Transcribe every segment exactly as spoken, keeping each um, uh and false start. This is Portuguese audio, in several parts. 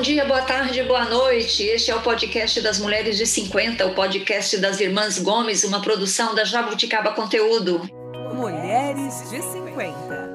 dia, boa tarde, boa noite. Este é o podcast das Mulheres de cinquenta, o podcast das Irmãs Gomes, uma produção da Jabuticaba Conteúdo. Mulheres de cinquenta.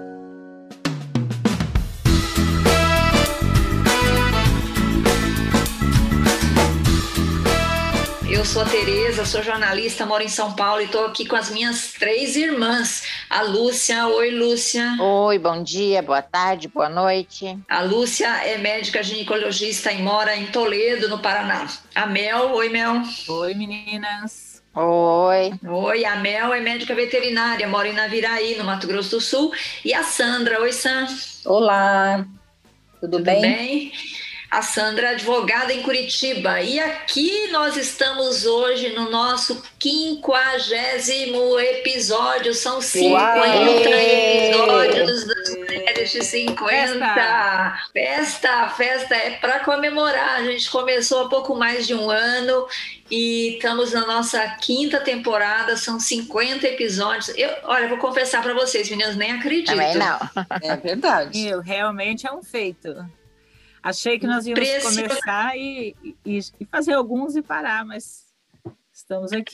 Eu sou a Tereza, sou jornalista, moro em São Paulo e estou aqui com as minhas três irmãs. A Lúcia, oi Lúcia. Oi, bom dia, boa tarde, boa noite. A Lúcia é médica ginecologista e mora em Toledo, no Paraná. A Mel, oi Mel. Oi meninas. Oi. Oi, a Mel é médica veterinária, mora em Naviraí, no Mato Grosso do Sul. E a Sandra, oi Sam. Olá, tudo, Tudo bem? bem? A Sandra é advogada em Curitiba. E aqui nós estamos hoje no nosso quinquagésimo episódio. São cinquenta episódios das Mulheres de cinquenta. Festa, festa, festa é para comemorar. A gente começou há pouco mais de um ano e estamos na nossa quinta temporada. São cinquenta episódios. Eu, olha, vou confessar para vocês, meninas, nem acredito. Também não. É verdade. Eu, realmente é um feito. Achei que nós íamos Preci... começar e, e, e fazer alguns e parar, mas estamos aqui.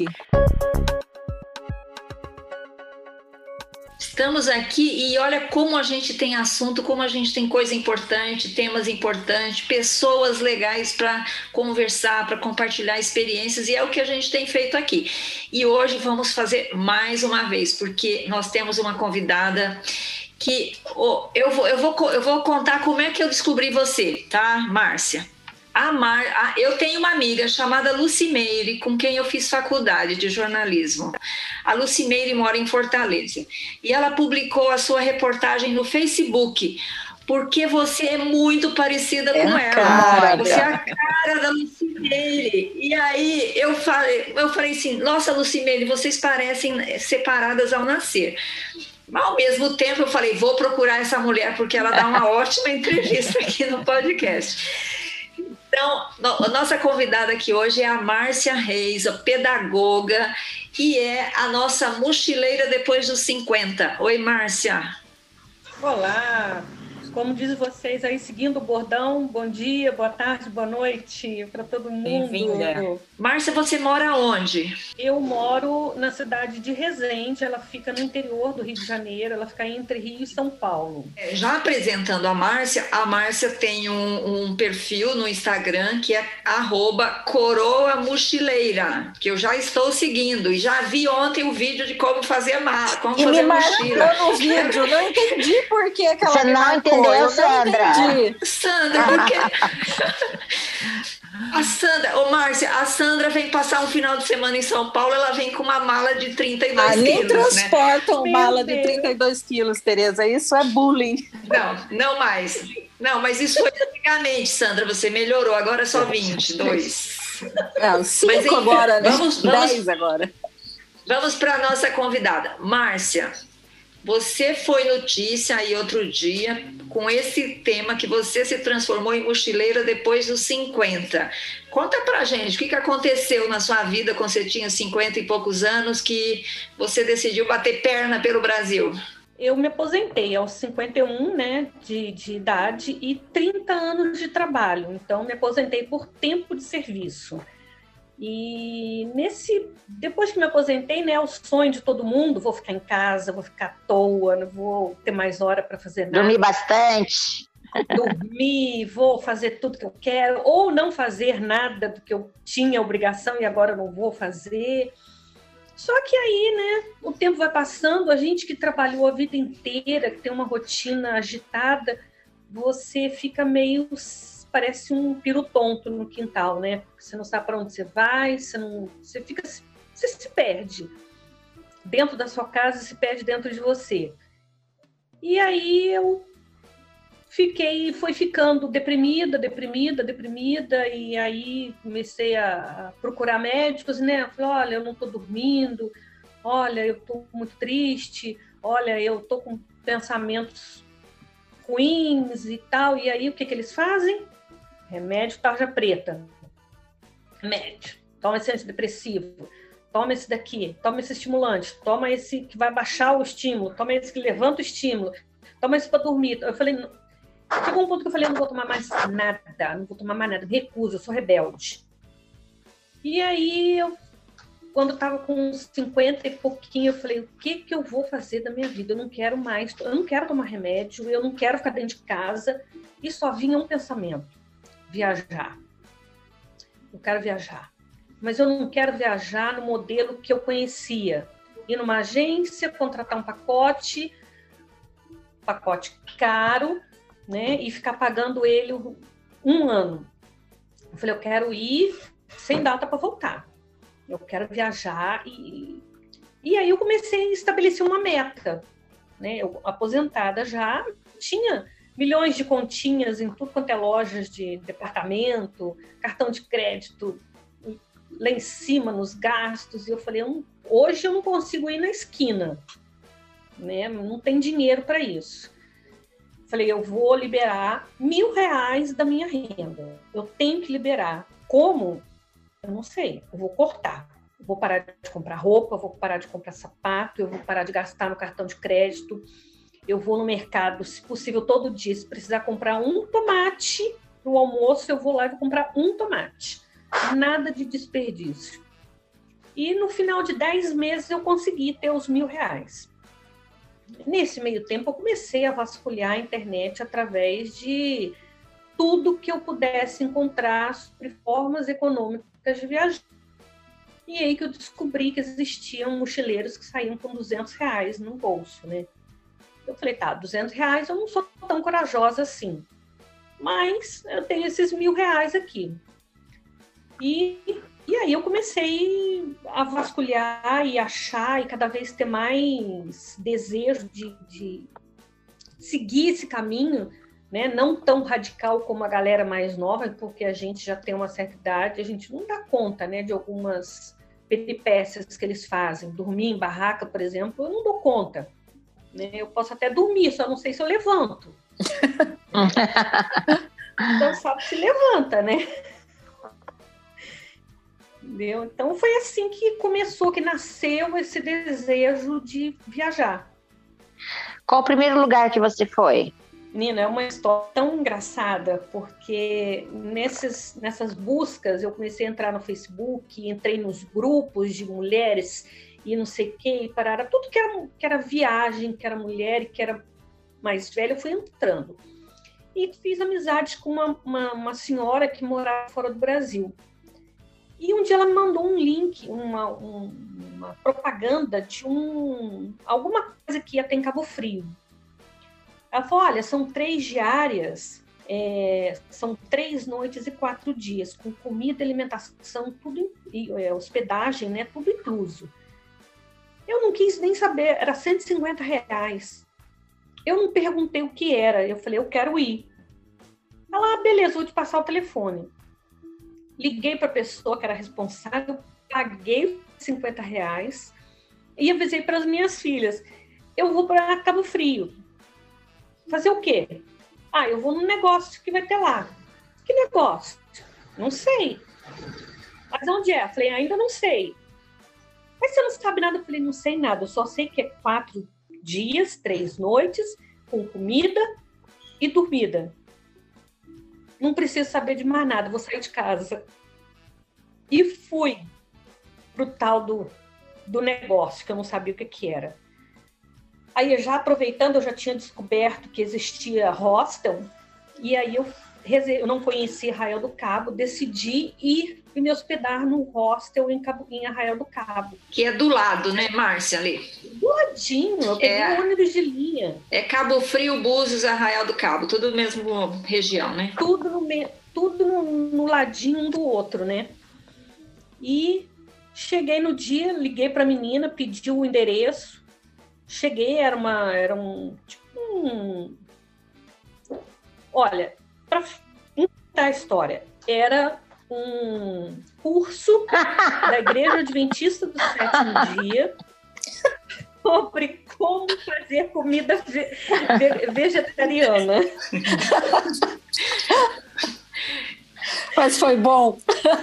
Estamos aqui e olha como a gente tem assunto, como a gente tem coisa importante, temas importantes, pessoas legais para conversar, para compartilhar experiências, e é o que a gente tem feito aqui. E hoje vamos fazer mais uma vez, porque nós temos uma convidada que oh, eu, vou, eu, vou, eu vou contar como é que eu descobri você, tá, Márcia? A Mar, a, eu tenho uma amiga chamada Lucimeire, com quem eu fiz faculdade de jornalismo. A Lucimeire mora em Fortaleza. E ela publicou a sua reportagem no Facebook, porque você é muito parecida é com ela. Cara, você é a cara da Lucimeire. E aí eu falei, eu falei assim, nossa, Lucimeire, vocês parecem separadas ao nascer. Mas, ao mesmo tempo, eu falei, vou procurar essa mulher, porque ela dá uma ótima entrevista aqui no podcast. Então, a nossa convidada aqui hoje é a Márcia Reis, a pedagoga, e é a nossa mochileira depois dos cinquenta. Oi, Márcia. Olá, como diz vocês aí, seguindo o bordão, bom dia, boa tarde, boa noite para todo mundo. Bem-vinda. Márcia, você mora onde? Eu moro na cidade de Resende, ela fica no interior do Rio de Janeiro, ela fica entre Rio e São Paulo. Já apresentando a Márcia, a Márcia tem um, um perfil no Instagram que é arroba coroa mochileira, que eu já estou seguindo e já vi ontem o vídeo de como fazer mala, como e fazer me mochila. marcou no vídeo, não entendi por que que ela Você me não marcou. entendeu, Eu Sandra? Não entendi. Sandra, por quê? A Sandra, ô Márcia, a Sandra vem passar um final de semana em São Paulo, ela vem com uma mala de trinta e dois ah, nem quilos, transportam né? mala de trinta e dois quilos, Tereza, isso é bullying. Não, não mais. Não, mas isso foi antigamente, Sandra, você melhorou, agora é só vinte e dois. Não, cinco Mas, enfim, agora, né? Vamos, vamos, dez agora. Vamos para a nossa convidada. Márcia, você foi notícia aí outro dia com esse tema que você se transformou em mochileira depois dos cinquenta. Conta pra gente, o que, que aconteceu na sua vida quando você tinha cinquenta e poucos anos que você decidiu bater perna pelo Brasil? Eu me aposentei aos cinquenta e um, né, de, de idade e trinta anos de trabalho. Então, me aposentei por tempo de serviço. E nesse, depois que me aposentei, né, o sonho de todo mundo, vou ficar em casa, vou ficar à toa, não vou ter mais hora para fazer nada. Dormir bastante. Dormir, vou fazer tudo que eu quero, ou não fazer nada do que eu tinha obrigação e agora não vou fazer. Só que aí, né, o tempo vai passando, a gente que trabalhou a vida inteira, que tem uma rotina agitada, você fica meio... parece um piro tonto no quintal, né? Você não sabe para onde você vai, você, não, você, fica, você se perde dentro da sua casa, se perde dentro de você. E aí eu fiquei, foi ficando deprimida, deprimida, deprimida, e aí comecei a procurar médicos, né? Falei, olha, eu não estou dormindo, olha, eu estou muito triste, olha, eu estou com pensamentos ruins e tal. E aí o que, que eles fazem? Remédio tarja preta. Remédio. Toma esse antidepressivo. Toma esse daqui. Toma esse estimulante. Toma esse que vai baixar o estímulo. Toma esse que levanta o estímulo. Toma esse para dormir. Eu falei, Chegou um ponto que eu falei, eu não vou tomar mais nada, não vou tomar mais nada, me recuso, eu sou rebelde. E aí, eu, quando eu tava com uns cinquenta e pouquinho, eu falei, o que que eu vou fazer da minha vida? Eu não quero mais, eu não quero tomar remédio, eu não quero ficar dentro de casa. E só vinha um pensamento, viajar. Eu quero viajar. Mas eu não quero viajar no modelo que eu conhecia. Ir numa agência, contratar um pacote, pacote caro, né? E ficar pagando ele um ano. Eu falei, eu quero ir sem data para voltar. Eu quero viajar. E, e aí eu comecei a estabelecer uma meta. Né? Eu, aposentada já, tinha milhões de continhas em tudo quanto é lojas de departamento, cartão de crédito, lá em cima nos gastos, e eu falei, eu, hoje eu não consigo ir na esquina, né? Não tem dinheiro para isso. Falei, eu vou liberar mil reais da minha renda, eu tenho que liberar. Como? Eu não sei, eu vou cortar, eu vou parar de comprar roupa, eu vou parar de comprar sapato, eu vou parar de gastar no cartão de crédito, eu vou no mercado, se possível, todo dia, se precisar comprar um tomate para o almoço, eu vou lá e vou comprar um tomate. Nada de desperdício. E no final de dez meses eu consegui ter os mil reais. Nesse meio tempo eu comecei a vasculhar a internet através de tudo que eu pudesse encontrar sobre formas econômicas de viajar. E aí que eu descobri que existiam mochileiros que saíam com duzentos reais no bolso, né? Eu falei, tá, duzentos reais eu não sou tão corajosa assim. Mas eu tenho esses mil reais aqui. E, e aí eu comecei a vasculhar e achar e cada vez ter mais desejo de, de seguir esse caminho, né? Não tão radical como a galera mais nova, porque a gente já tem uma certa idade, a gente não dá conta, né, de algumas peripécias que eles fazem. Dormir em barraca, por exemplo, eu não dou conta. Né? Eu posso até dormir, só não sei se eu levanto. Então só se levanta, né? Entendeu? Então foi assim que começou, que nasceu esse desejo de viajar. Qual o primeiro lugar que você foi? Nina, é uma história tão engraçada, porque nesses, nessas buscas eu comecei a entrar no Facebook, entrei nos grupos de mulheres e não sei o que, e parara, tudo que era, que era viagem, que era mulher e que era mais velha, eu fui entrando. E fiz amizade com uma, uma, uma senhora que morava fora do Brasil. E um dia ela me mandou um link, uma, um, uma propaganda de um, alguma coisa que ia ter em Cabo Frio. Ela falou, olha, são três diárias, é, são três noites e quatro dias, com comida, alimentação, tudo, e, é, hospedagem, né, tudo incluso. Eu não quis nem saber, era cento e cinquenta reais. Eu não perguntei o que era, eu falei, eu quero ir. Ela, ah, beleza, vou te passar o telefone. Liguei para a pessoa que era responsável, paguei cinquenta reais e avisei para as minhas filhas, eu vou para Cabo Frio. Fazer o quê? Ah, eu vou num negócio que vai ter lá. Que negócio? Não sei. Mas onde é? Falei, ainda não sei. Mas você não sabe nada? Eu falei, não sei nada. Eu só sei que é quatro dias, três noites, com comida e dormida. Não preciso saber de mais nada, vou sair de casa. E fui pro tal do, do negócio, que eu não sabia o que, que era. Aí, já aproveitando, eu já tinha descoberto que existia hostel, e aí eu, eu não conhecia Arraial do Cabo, decidi ir e me hospedar no hostel em, Cabo, em Arraial do Cabo. Que é do lado, né, Márcia, ali? Do ladinho, eu peguei é, um ônibus de linha. É Cabo Frio, Búzios, Arraial do Cabo, tudo mesmo região, né? Tudo no, tudo no, no ladinho um do outro, né? E cheguei no dia, liguei para a menina, pedi o endereço. Cheguei, era uma, era um, tipo um, olha, para contar a história, era um curso da Igreja Adventista do Sétimo Dia sobre como fazer comida ve- ve- vegetariana. Mas foi bom.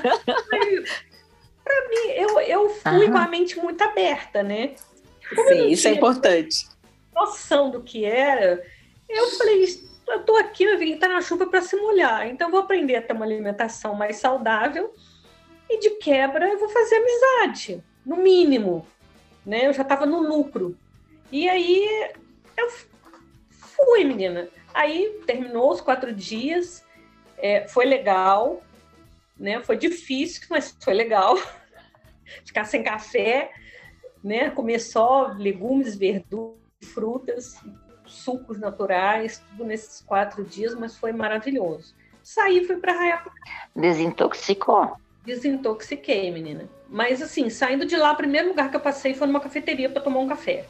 Para mim, eu, eu fui com a mente muito aberta, né? Como Sim, isso é importante. Noção do que era, eu falei, eu tô aqui, meu filho, tá na chuva para se molhar, então eu vou aprender a ter uma alimentação mais saudável e de quebra eu vou fazer amizade, no mínimo, né? Eu já estava no lucro. E aí eu fui, menina. Aí terminou os quatro dias, é, foi legal, né? Foi difícil, mas foi legal. Ficar sem café, né? Comer só legumes, verduras, frutas, sucos naturais, tudo nesses quatro dias, mas foi maravilhoso. Saí, fui para Arraial. Desintoxicou? Desintoxiquei, menina. Mas assim, saindo de lá, o primeiro lugar que eu passei foi numa cafeteria para tomar um café.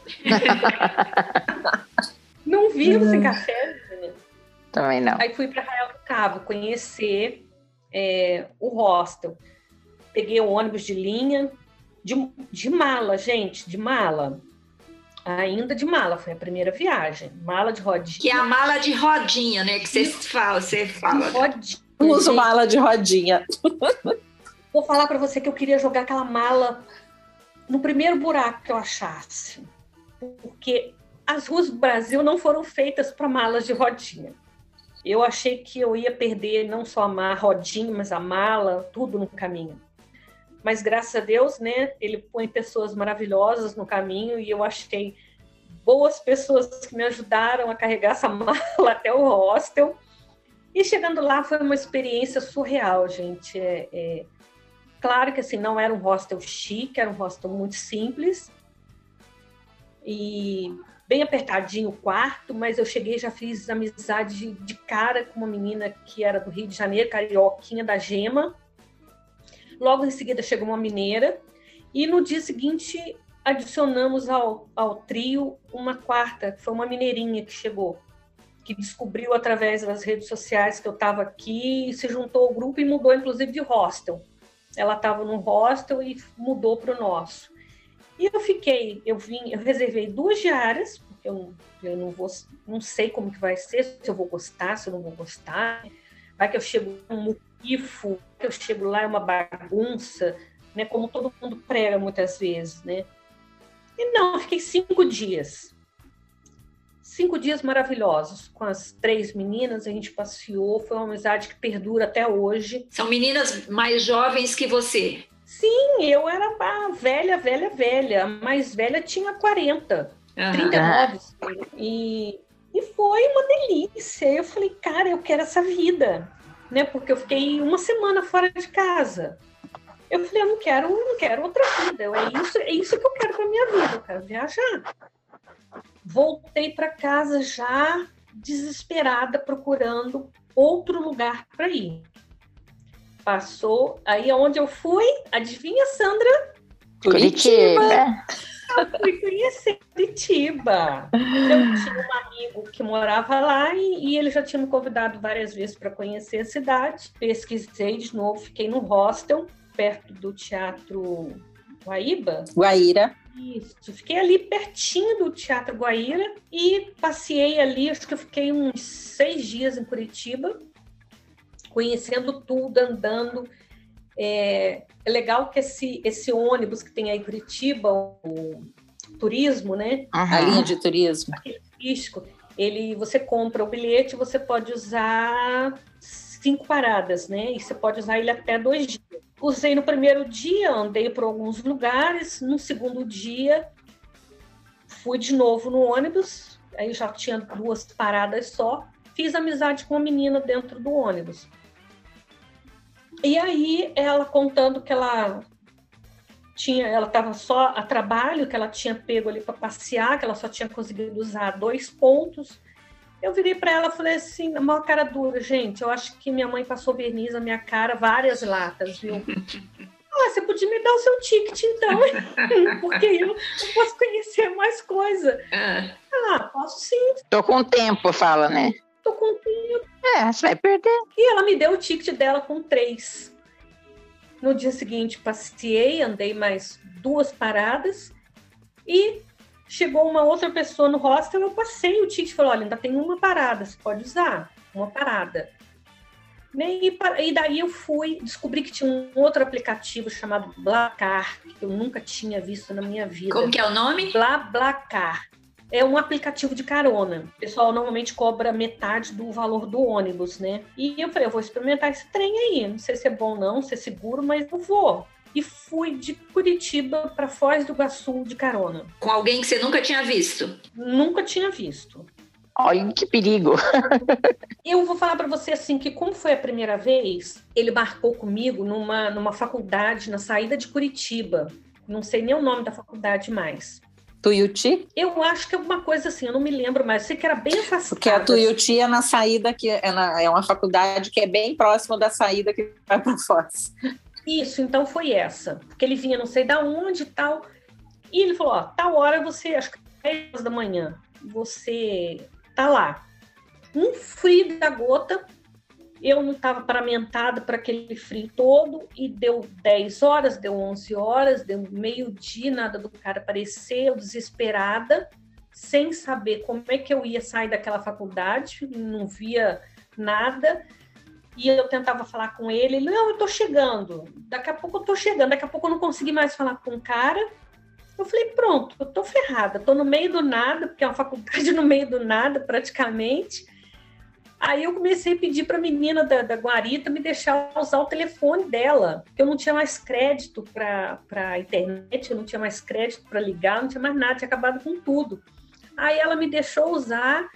Não vivo sem café, menina. Também não. Aí fui para Arraial do Cabo conhecer é, o hostel. Peguei o ônibus de linha, de, de mala, gente, de mala. Ainda de mala, foi a primeira viagem. Mala de rodinha. Que é a mala de rodinha, né? Que você fala, você fala. Rodinha. Uso gente. Mala de rodinha. Vou falar para você que eu queria jogar aquela mala no primeiro buraco que eu achasse. Porque as ruas do Brasil não foram feitas para malas de rodinha. Eu achei que eu ia perder não só a rodinha, mas a mala, tudo no caminho. Mas graças a Deus, né, ele põe pessoas maravilhosas no caminho e eu achei boas pessoas que me ajudaram a carregar essa mala até o hostel. E chegando lá foi uma experiência surreal, gente. É, é... Claro que assim, não era um hostel chique, era um hostel muito simples. E bem apertadinho o quarto, mas eu cheguei e já fiz amizade de, de cara com uma menina que era do Rio de Janeiro, carioquinha da Gema. Logo em seguida chegou uma mineira e no dia seguinte adicionamos ao, ao trio uma quarta, que foi uma mineirinha que chegou, que descobriu através das redes sociais que eu estava aqui e se juntou ao grupo e mudou inclusive de hostel. Ela estava num hostel e mudou para o nosso. E eu fiquei, eu vim, eu reservei duas diárias, porque eu, eu não vou, não sei como que vai ser, se eu vou gostar, se eu não vou gostar. Vai que eu chego um muquifo, que eu chego lá é uma bagunça, né? Como todo mundo prega muitas vezes, né? E não, eu fiquei cinco dias. Cinco dias maravilhosos com as três meninas, a gente passeou, foi uma amizade que perdura até hoje. São meninas mais jovens que você? Sim, eu era a velha, velha, velha. A mais velha tinha quarenta, uhum. trinta e nove. E, e foi uma delícia. Eu falei, cara, eu quero essa vida, né? Porque eu fiquei uma semana fora de casa. Eu falei, eu não quero, eu não quero outra vida. Eu, é, isso, é isso que eu quero para minha vida, eu quero viajar. Voltei para casa já desesperada, procurando outro lugar para ir. Passou, aí aonde eu fui, adivinha, Sandra? Curitiba. Eu fui conhecer Curitiba. Eu tinha um amigo que morava lá e, e ele já tinha me convidado várias vezes para conhecer a cidade. Pesquisei de novo, fiquei no hostel, perto do Teatro Guaíba. Guaíra. Isso, fiquei ali pertinho do Teatro Guaíra e passei ali, acho que eu fiquei uns seis dias em Curitiba, conhecendo tudo, andando. É, é legal que esse, esse ônibus que tem aí em Curitiba, o turismo, né? Uhum. A linha de turismo. Aquele turístico, ele, você compra o bilhete, você pode usar cinco paradas, né? E você pode usar ele até dois dias. Usei no primeiro dia, andei por alguns lugares. No segundo dia, fui de novo no ônibus. Aí já tinha duas paradas só. Fiz amizade com uma menina dentro do ônibus. E aí, ela contando que ela tinha, ela estava só a trabalho, que ela tinha pego ali para passear, que ela só tinha conseguido usar dois pontos. Eu virei para ela e falei assim, na maior cara dura, gente, eu acho que minha mãe passou verniz na minha cara, várias latas, viu? Ah, você podia me dar o seu ticket, então, porque eu, eu posso conhecer mais coisa. Ah, posso sim. Tô com tempo, fala, né? Tô com tempo. É, você vai perder. E ela me deu o ticket dela com três. No dia seguinte, passei, andei mais duas paradas e chegou uma outra pessoa no hostel, eu passei o ticket e falei, olha, ainda tem uma parada, você pode usar uma parada. E, e daí eu fui, descobri que tinha um outro aplicativo chamado BlaBlaCar, que eu nunca tinha visto na minha vida. Como que é o nome? BlaBlaCar. é um aplicativo de carona. O pessoal normalmente cobra metade do valor do ônibus, né? E eu falei, eu vou experimentar esse trem aí. Não sei se é bom não, se é seguro, mas eu vou. E fui de Curitiba para Foz do Iguaçu de carona. Com alguém que você nunca tinha visto? Nunca tinha visto. Olha que perigo. Eu vou falar para você assim, que como foi a primeira vez, ele marcou comigo numa, numa faculdade na saída de Curitiba. Não sei nem o nome da faculdade mais. Tuiuti? Eu acho que é alguma coisa assim, eu não me lembro mais. Eu sei que era bem afastada. Porque a Tuiuti é na saída, que é, na, é uma faculdade que é bem próxima da saída que vai para Foz. Isso, então foi essa. Porque ele vinha não sei da onde e tal. E ele falou, ó, tal hora você, acho que dez horas da manhã, você tá lá. Um frio da gota, eu não estava paramentada para aquele frio todo, e deu dez horas, deu onze horas, deu meio-dia, nada do cara aparecer, eu desesperada, sem saber como é que eu ia sair daquela faculdade, não via nada, e eu tentava falar com ele, ele, não, eu tô chegando, daqui a pouco eu tô chegando, daqui a pouco eu não consegui mais falar com o cara. Eu falei, pronto, eu tô ferrada, tô no meio do nada, porque é uma faculdade no meio do nada, praticamente. Aí eu comecei a pedir para a menina da, da guarita me deixar usar o telefone dela, porque eu não tinha mais crédito para a internet, eu não tinha mais crédito para ligar, não tinha mais nada, tinha acabado com tudo. Aí ela me deixou usar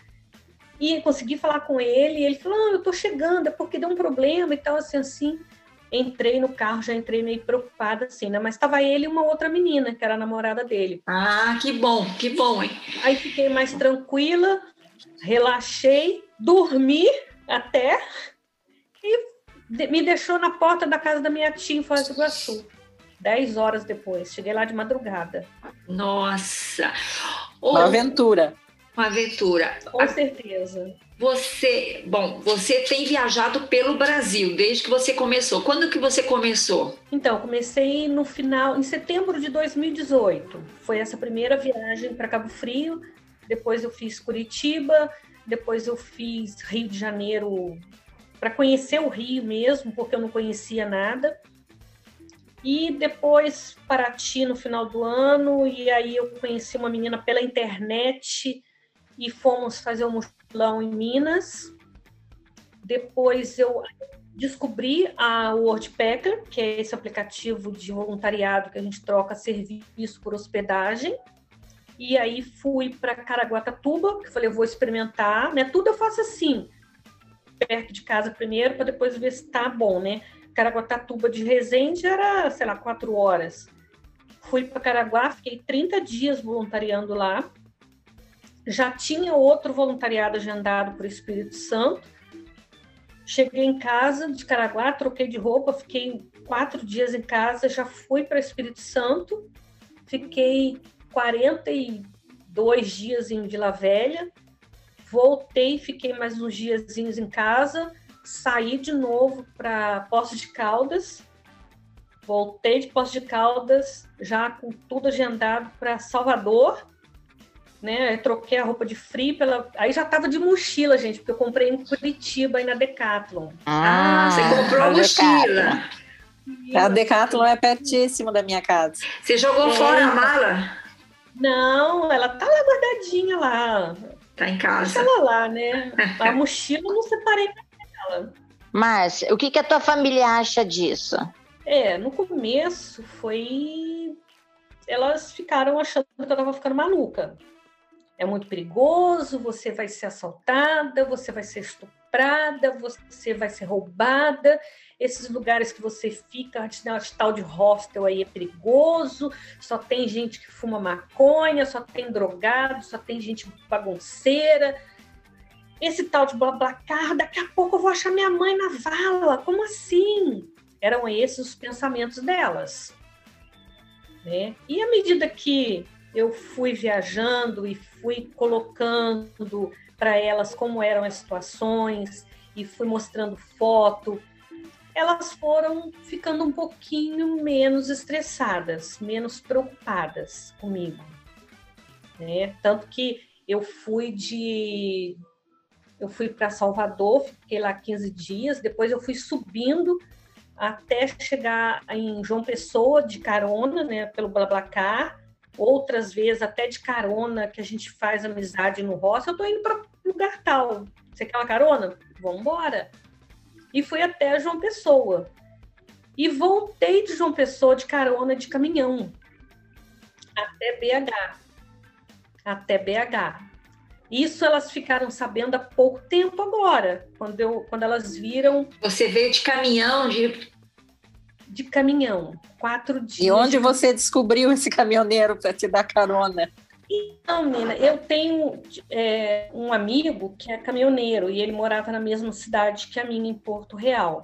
e consegui falar com ele, e ele falou, não, eu tô chegando, é porque deu um problema e tal, assim, assim. Entrei no carro, já entrei meio preocupada, assim, né? Mas estava ele e uma outra menina, que era a namorada dele. Ah, que bom, que bom, hein? Aí fiquei mais tranquila, relaxei, dormi até e me deixou na porta da casa da minha tia em Foz do Iguaçu. Dez horas depois. Cheguei lá de madrugada. Nossa! Uma aventura. Uma aventura. Com certeza. Você, bom, você tem viajado pelo Brasil desde que você começou. Quando que você começou? Então, comecei no final, em setembro de dois mil e dezoito. Foi essa primeira viagem para Cabo Frio. Depois eu fiz Curitiba. Depois eu fiz Rio de Janeiro para conhecer o Rio mesmo, porque eu não conhecia nada. E depois Paraty no final do ano. E aí eu conheci uma menina pela internet e fomos fazer um mochilão em Minas. Depois eu descobri a Worldpacker, que é esse aplicativo de voluntariado que a gente troca serviço por hospedagem. E aí fui para Caraguatatuba, que falei, eu vou experimentar, né? Tudo eu faço assim, perto de casa primeiro, para depois ver se tá bom, né? Caraguatatuba de Resende era, sei lá, quatro horas. Fui para Caraguá, fiquei trinta dias voluntariando lá. Já tinha outro voluntariado agendado para o Espírito Santo. Cheguei em casa de Caraguá, troquei de roupa, fiquei quatro dias em casa, já fui para o Espírito Santo, fiquei quarenta e dois dias em Vila Velha, voltei, fiquei mais uns diazinhos em casa, saí de novo para Poços de Caldas, voltei de Poços de Caldas, já com tudo agendado para Salvador, né? Eu troquei a roupa de frio pela... Aí já tava de mochila, gente, porque eu comprei em Curitiba, aí na Decathlon. Ah, ah você comprou a mochila. A Decathlon é pertíssimo da minha casa. Você jogou é. fora a mala? Não, ela tá lá guardadinha lá. Tá em casa. Tá ela lá, né? A mochila eu não separei pra ela. Mas o que, que a tua família acha disso? É, no começo foi... Elas ficaram achando que eu tava ficando maluca. É muito perigoso, você vai ser assaltada, você vai ser estuprada, você vai ser roubada. Esses lugares que você fica, de tal de hostel aí é perigoso, só tem gente que fuma maconha, só tem drogado, só tem gente bagunceira. Esse tal de BlaBlaCar, daqui a pouco eu vou achar minha mãe na vala, como assim? Eram esses os pensamentos delas. Né? E à medida que eu fui viajando e fui colocando para elas como eram as situações e fui mostrando foto, elas foram ficando um pouquinho menos estressadas, menos preocupadas comigo. Né? Tanto que eu fui de... Eu fui para Salvador, fiquei lá quinze dias, depois eu fui subindo até chegar em João Pessoa de carona, né, pelo BlaBlaCar, outras vezes até de carona, que a gente faz amizade no hostel. Eu tô indo para lugar tal. Você quer uma carona? Vamos embora. E fui até João Pessoa. E voltei de João Pessoa de carona de caminhão. Até B H. Até B H. Isso elas ficaram sabendo há pouco tempo agora, quando, eu, quando elas viram... Você veio de caminhão, de... De caminhão, quatro dias. E onde de... você descobriu esse caminhoneiro para te dar carona? Então, Nina, eu tenho é, um amigo que é caminhoneiro e ele morava na mesma cidade que a minha, em Porto Real.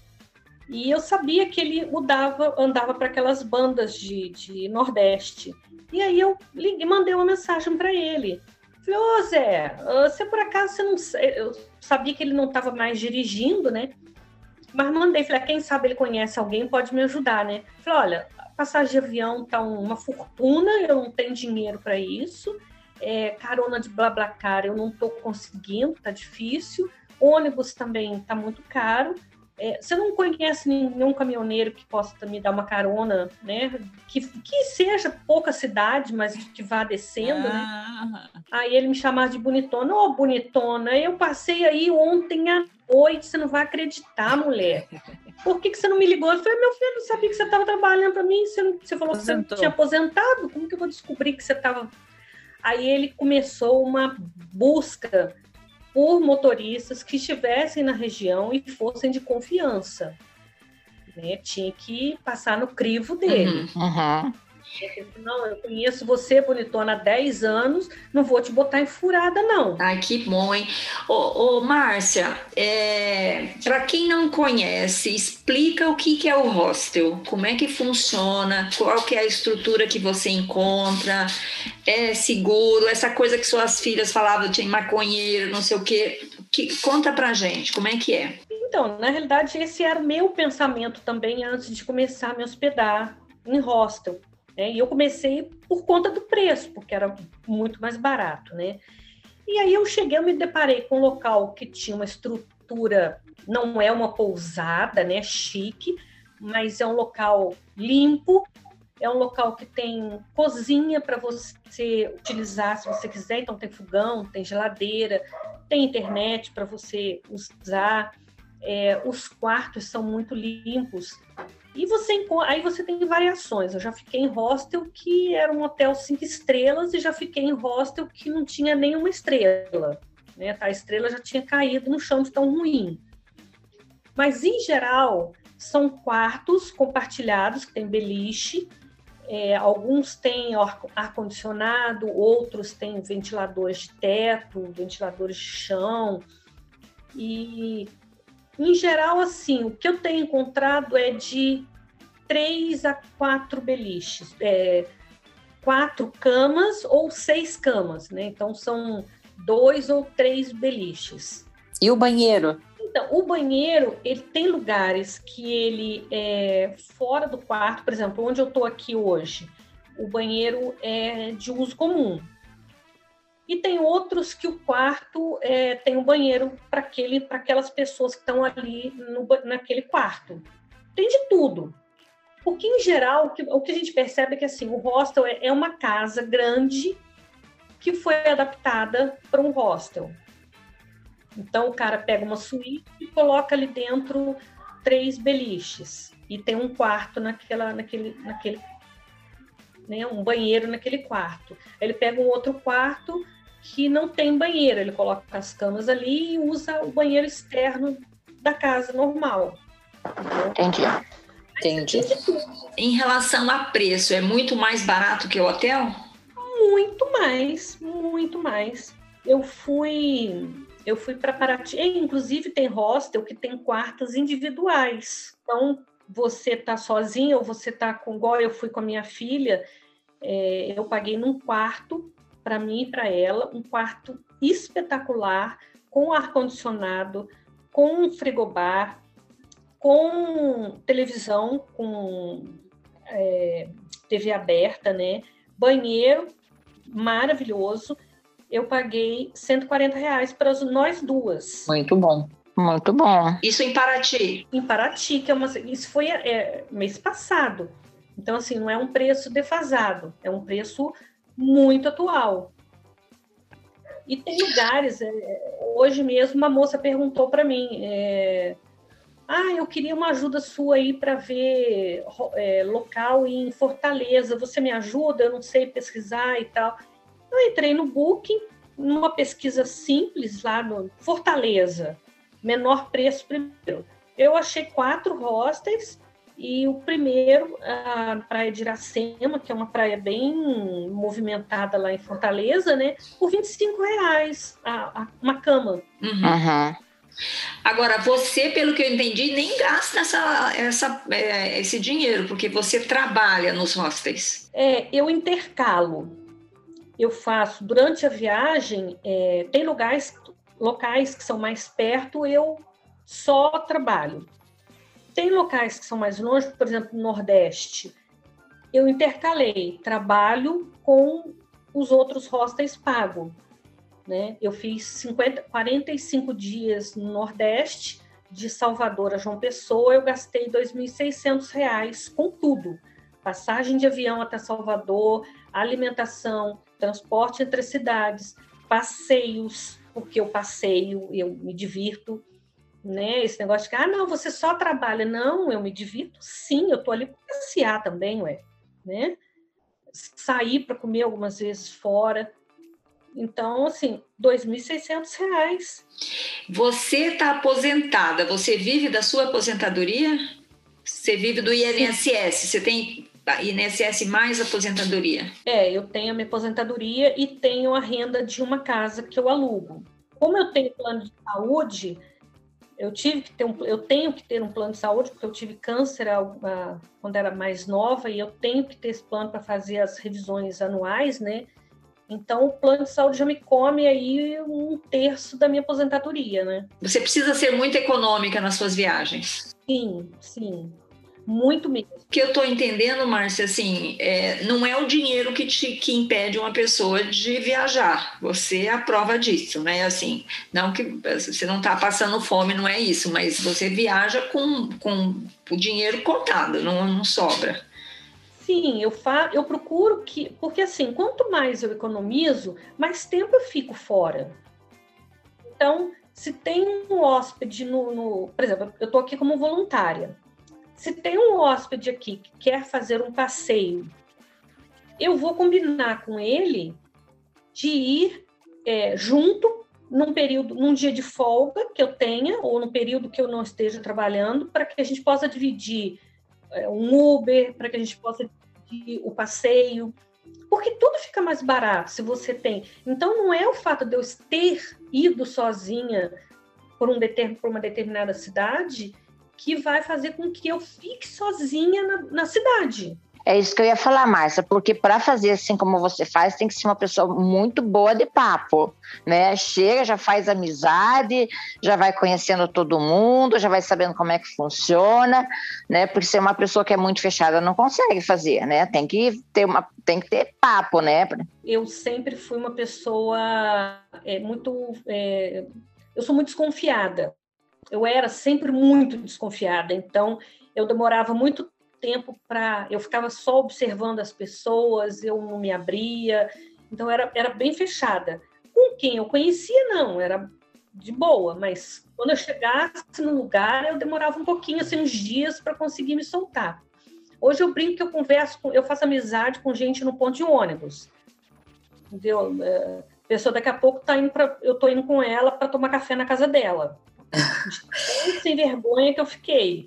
E eu sabia que ele mudava, andava para aquelas bandas de, de Nordeste. E aí eu liguei, mandei uma mensagem para ele. Falei, ô Zé, você por acaso, você não... Eu sabia que ele não estava mais dirigindo, né? Mas mandei, falei, quem sabe ele conhece alguém, pode me ajudar, né? Falei, olha, a passagem de avião tá uma fortuna, eu não tenho dinheiro para isso. É, carona de BlaBlaCar eu não estou conseguindo, tá difícil. Ônibus também tá muito caro. É, você não conhece nenhum caminhoneiro que possa me dar uma carona, né? Que, que seja pouca cidade, mas que vá descendo, ah. né? Aí ele me chamava de bonitona. Ô, oh, bonitona, eu passei aí ontem à noite, você não vai acreditar, mulher. Por que, que você não me ligou? Eu falei, meu filho, eu não sabia que você estava trabalhando para mim. Você, não, você falou que você não tinha aposentado. Como que eu vou descobrir que você estava... Aí ele começou uma busca por motoristas que estivessem na região e fossem de confiança. Né? Tinha que passar no crivo dele. Uhum. Não, eu conheço você, bonitona, há dez anos, não vou te botar em furada, não. Ai, que bom, hein? Ô, ô Márcia, é... para quem não conhece, explica o que, que é o hostel, como é que funciona, qual que é a estrutura que você encontra, é seguro, essa coisa que suas filhas falavam, tinha maconheiro, não sei o quê. Que... Conta pra gente, como é que é? Então, na realidade, esse era o meu pensamento também antes de começar a me hospedar em hostel. Né? E eu comecei por conta do preço, porque era muito mais barato, né? E aí eu cheguei, eu me deparei com um local que tinha uma estrutura, não é uma pousada, né, chique, mas é um local limpo, é um local que tem cozinha para você utilizar se você quiser, então tem fogão, tem geladeira, tem internet para você usar, é, os quartos são muito limpos. E você, aí você tem variações. Eu já fiquei em hostel que era um hotel cinco estrelas e já fiquei em hostel que não tinha nenhuma estrela. Né? A estrela já tinha caído no chão de tão ruim. Mas, em geral, são quartos compartilhados, que tem beliche. É, alguns têm ar-condicionado, outros têm ventiladores de teto, ventiladores de chão. E... Em geral, assim, o que eu tenho encontrado é de três a quatro beliches, é, quatro camas ou seis camas, né? Então, são dois ou três beliches. E o banheiro? Então, o banheiro, ele tem lugares que ele é fora do quarto, por exemplo, onde eu estou aqui hoje, o banheiro é de uso comum. E tem outros que o quarto é, tem um banheiro para aquele, para aquelas pessoas que estão ali no, naquele quarto. Tem de tudo. Porque, em geral, o que, o que a gente percebe é que assim, o hostel é, é uma casa grande que foi adaptada para um hostel. Então, o cara pega uma suíte e coloca ali dentro três beliches. E tem um quarto naquela, naquele... naquele né, um banheiro naquele quarto. Ele pega um outro quarto que não tem banheiro, ele coloca as camas ali e usa o banheiro externo da casa normal. Entendi. Entendi. Em relação a preço, é muito mais barato que o hotel? Muito mais, muito mais. Eu fui, eu fui para Paraty, inclusive tem hostel que tem quartos individuais. Então, você tá sozinho ou você tá com, igual eu fui com a minha filha, é, eu paguei num quarto para mim e para ela, um quarto espetacular, com ar-condicionado, com frigobar, com televisão, com é, T V aberta, né? Banheiro maravilhoso. Eu paguei cento e quarenta reais para nós duas. Muito bom. Muito bom. Isso em Paraty? Em Paraty, que é uma, isso foi é, mês passado. Então, assim, não é um preço defasado, é um preço muito atual. E tem lugares, é, hoje mesmo uma moça perguntou para mim, é, ah, eu queria uma ajuda sua aí para ver é, local em Fortaleza, você me ajuda? Eu não sei pesquisar e tal. Eu entrei no Booking, numa pesquisa simples lá no Fortaleza, menor preço primeiro. Eu achei quatro hostels e o primeiro, a Praia de Iracema, que é uma praia bem movimentada lá em Fortaleza, né, por vinte e cinco reais a, a, uma cama. Uhum. Uhum. Agora, você, pelo que eu entendi, nem gasta essa, essa, é, esse dinheiro, porque você trabalha nos hostels. É, eu intercalo. Eu faço, durante a viagem, é, tem lugares, locais que são mais perto, eu só trabalho. Tem locais que são mais longe, por exemplo, no Nordeste, eu intercalei, trabalho com os outros hostels pago, né? Eu fiz cinquenta, quarenta e cinco dias no Nordeste, de Salvador a João Pessoa, eu gastei dois mil e seiscentos reais com tudo. Passagem de avião até Salvador, alimentação, transporte entre cidades, passeios, porque eu passeio, eu me divirto, né? Esse negócio de que, ah, não, você só trabalha. Não, eu me divirto, sim, eu tô ali para passear também, ué, né? Sair para comer algumas vezes fora. Então, assim, dois mil e seiscentos reais. Você está aposentada, você vive da sua aposentadoria? Você vive do I N S S, você tem I N S S mais aposentadoria? É, eu tenho a minha aposentadoria e tenho a renda de uma casa que eu alugo. Como eu tenho plano de saúde, eu tive que ter um, eu tenho que ter um plano de saúde, porque eu tive câncer uh, quando era mais nova, e eu tenho que ter esse plano para fazer as revisões anuais, né? Então, o plano de saúde já me come aí um terço da minha aposentadoria, né? Você precisa ser muito econômica nas suas viagens. Sim, sim. Muito mesmo. O que eu estou entendendo, Márcia, assim, é, não é o dinheiro que, te, que impede uma pessoa de viajar. Você é a prova disso, né? Assim, não que você não está passando fome, não é isso, mas você viaja com, com o dinheiro contado, não, não sobra. Sim, eu, fa... eu procuro que... Porque, assim, quanto mais eu economizo, mais tempo eu fico fora. Então, se tem um hóspede no... no... Por exemplo, eu estou aqui como voluntária. Se tem um hóspede aqui que quer fazer um passeio, eu vou combinar com ele de ir é, junto num período, num dia de folga que eu tenha, ou no período que eu não esteja trabalhando, para que a gente possa dividir um Uber, para que a gente possa dividir o passeio, porque tudo fica mais barato se você tem. Então, não é o fato de eu ter ido sozinha por, um determin, por uma determinada cidade que vai fazer com que eu fique sozinha na, na cidade. É isso que eu ia falar, Márcia, porque para fazer assim como você faz, tem que ser uma pessoa muito boa de papo, né? Chega, já faz amizade, já vai conhecendo todo mundo, já vai sabendo como é que funciona, né? Porque ser uma pessoa que é muito fechada não consegue fazer, né? Tem que ter, uma, tem que ter papo, né? Eu sempre fui uma pessoa é, muito... É, eu sou muito desconfiada. Eu era sempre muito desconfiada, então eu demorava muito tempo para... Eu ficava só observando as pessoas, eu não me abria, então era, era bem fechada. Com quem eu conhecia, não, era de boa, mas quando eu chegasse no lugar, eu demorava um pouquinho, assim, uns dias para conseguir me soltar. Hoje eu brinco que eu converso, com, eu faço amizade com gente no ponto de ônibus, entendeu? A pessoa daqui a pouco tá indo pra, eu tô indo com ela para tomar café na casa dela. Sem vergonha que eu fiquei.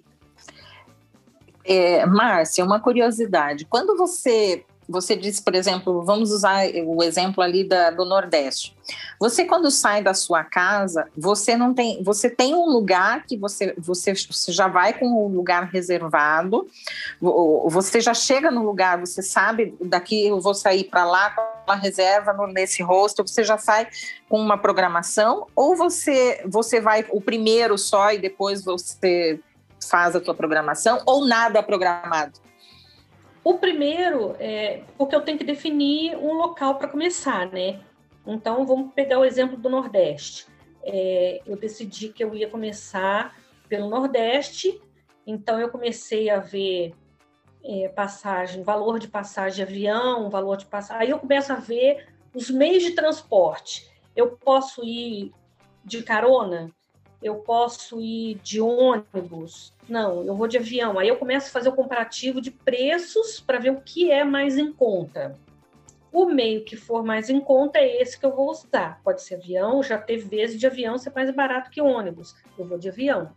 É, Márcia, uma curiosidade. Quando você, você disse, por exemplo, vamos usar o exemplo ali da, do Nordeste. Você, quando sai da sua casa, você não tem, você tem um lugar que você, você, você já vai com o lugar reservado, você já chega no lugar, você sabe, daqui eu vou sair para lá com a reserva nesse hostel, você já sai com uma programação, ou você, você vai o primeiro só e depois você faz a tua programação, ou nada programado? O primeiro, é, porque eu tenho que definir um local para começar, né? Então, vamos pegar o exemplo do Nordeste. É, eu decidi que eu ia começar pelo Nordeste, então eu comecei a ver é, passagem, valor de passagem de avião, valor de passagem. Aí eu começo a ver os meios de transporte. Eu posso ir de carona? Eu posso ir de ônibus? Não, eu vou de avião. Aí eu começo a fazer o comparativo de preços para ver o que é mais em conta. O meio que for mais em conta é esse que eu vou usar. Pode ser avião, já teve vezes de avião ser mais barato que ônibus. Eu vou de avião.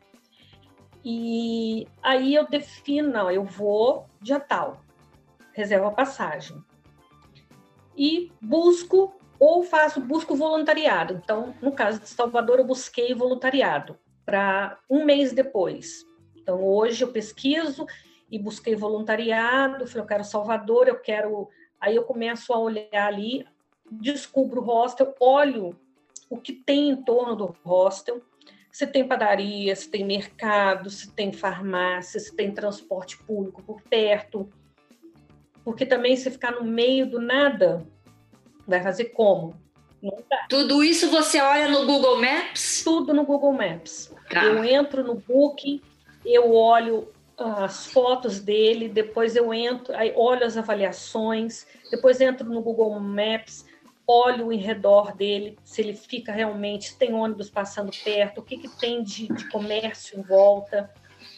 E aí eu defino, não, eu vou dia tal, reservo a passagem. E busco, ou faço, busco voluntariado. Então, no caso de Salvador, eu busquei voluntariado para um mês depois. Então, hoje eu pesquiso e busquei voluntariado, falei, eu quero Salvador, eu quero... Aí eu começo a olhar ali, descubro o hostel, olho o que tem em torno do hostel, se tem padaria, se tem mercado, se tem farmácia, se tem transporte público por perto. Porque também se ficar no meio do nada, vai fazer como? Não dá. Tudo isso você olha no Google Maps? Tudo no Google Maps. Tá. Eu entro no Booking, eu olho as fotos dele, depois eu entro, aí olho as avaliações, depois entro no Google Maps, olho em redor dele, se ele fica realmente, se tem ônibus passando perto, o que, que tem de, de comércio em volta.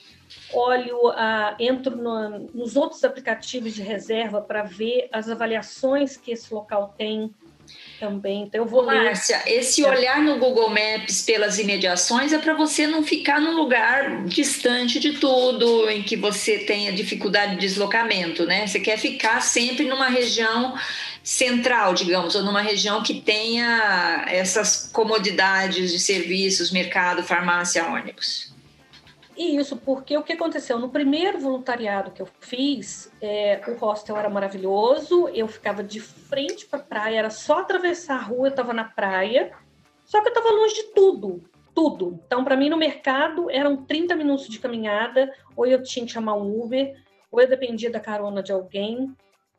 Olho, uh, entro no, nos outros aplicativos de reserva para ver as avaliações que esse local tem também. Então, eu vou ler. Márcia, esse olhar no Google Maps pelas imediações é para você não ficar num lugar distante de tudo, em que você tenha dificuldade de deslocamento, né? Você quer ficar sempre numa região central, digamos, ou numa região que tenha essas comodidades de serviços, mercado, farmácia, ônibus. Isso, porque o que aconteceu? No primeiro voluntariado que eu fiz, é, o hostel era maravilhoso, eu ficava de frente para a praia, era só atravessar a rua, eu estava na praia, só que eu estava longe de tudo, tudo. Então, para mim, no mercado, eram trinta minutos de caminhada, ou eu tinha que chamar um Uber, ou eu dependia da carona de alguém.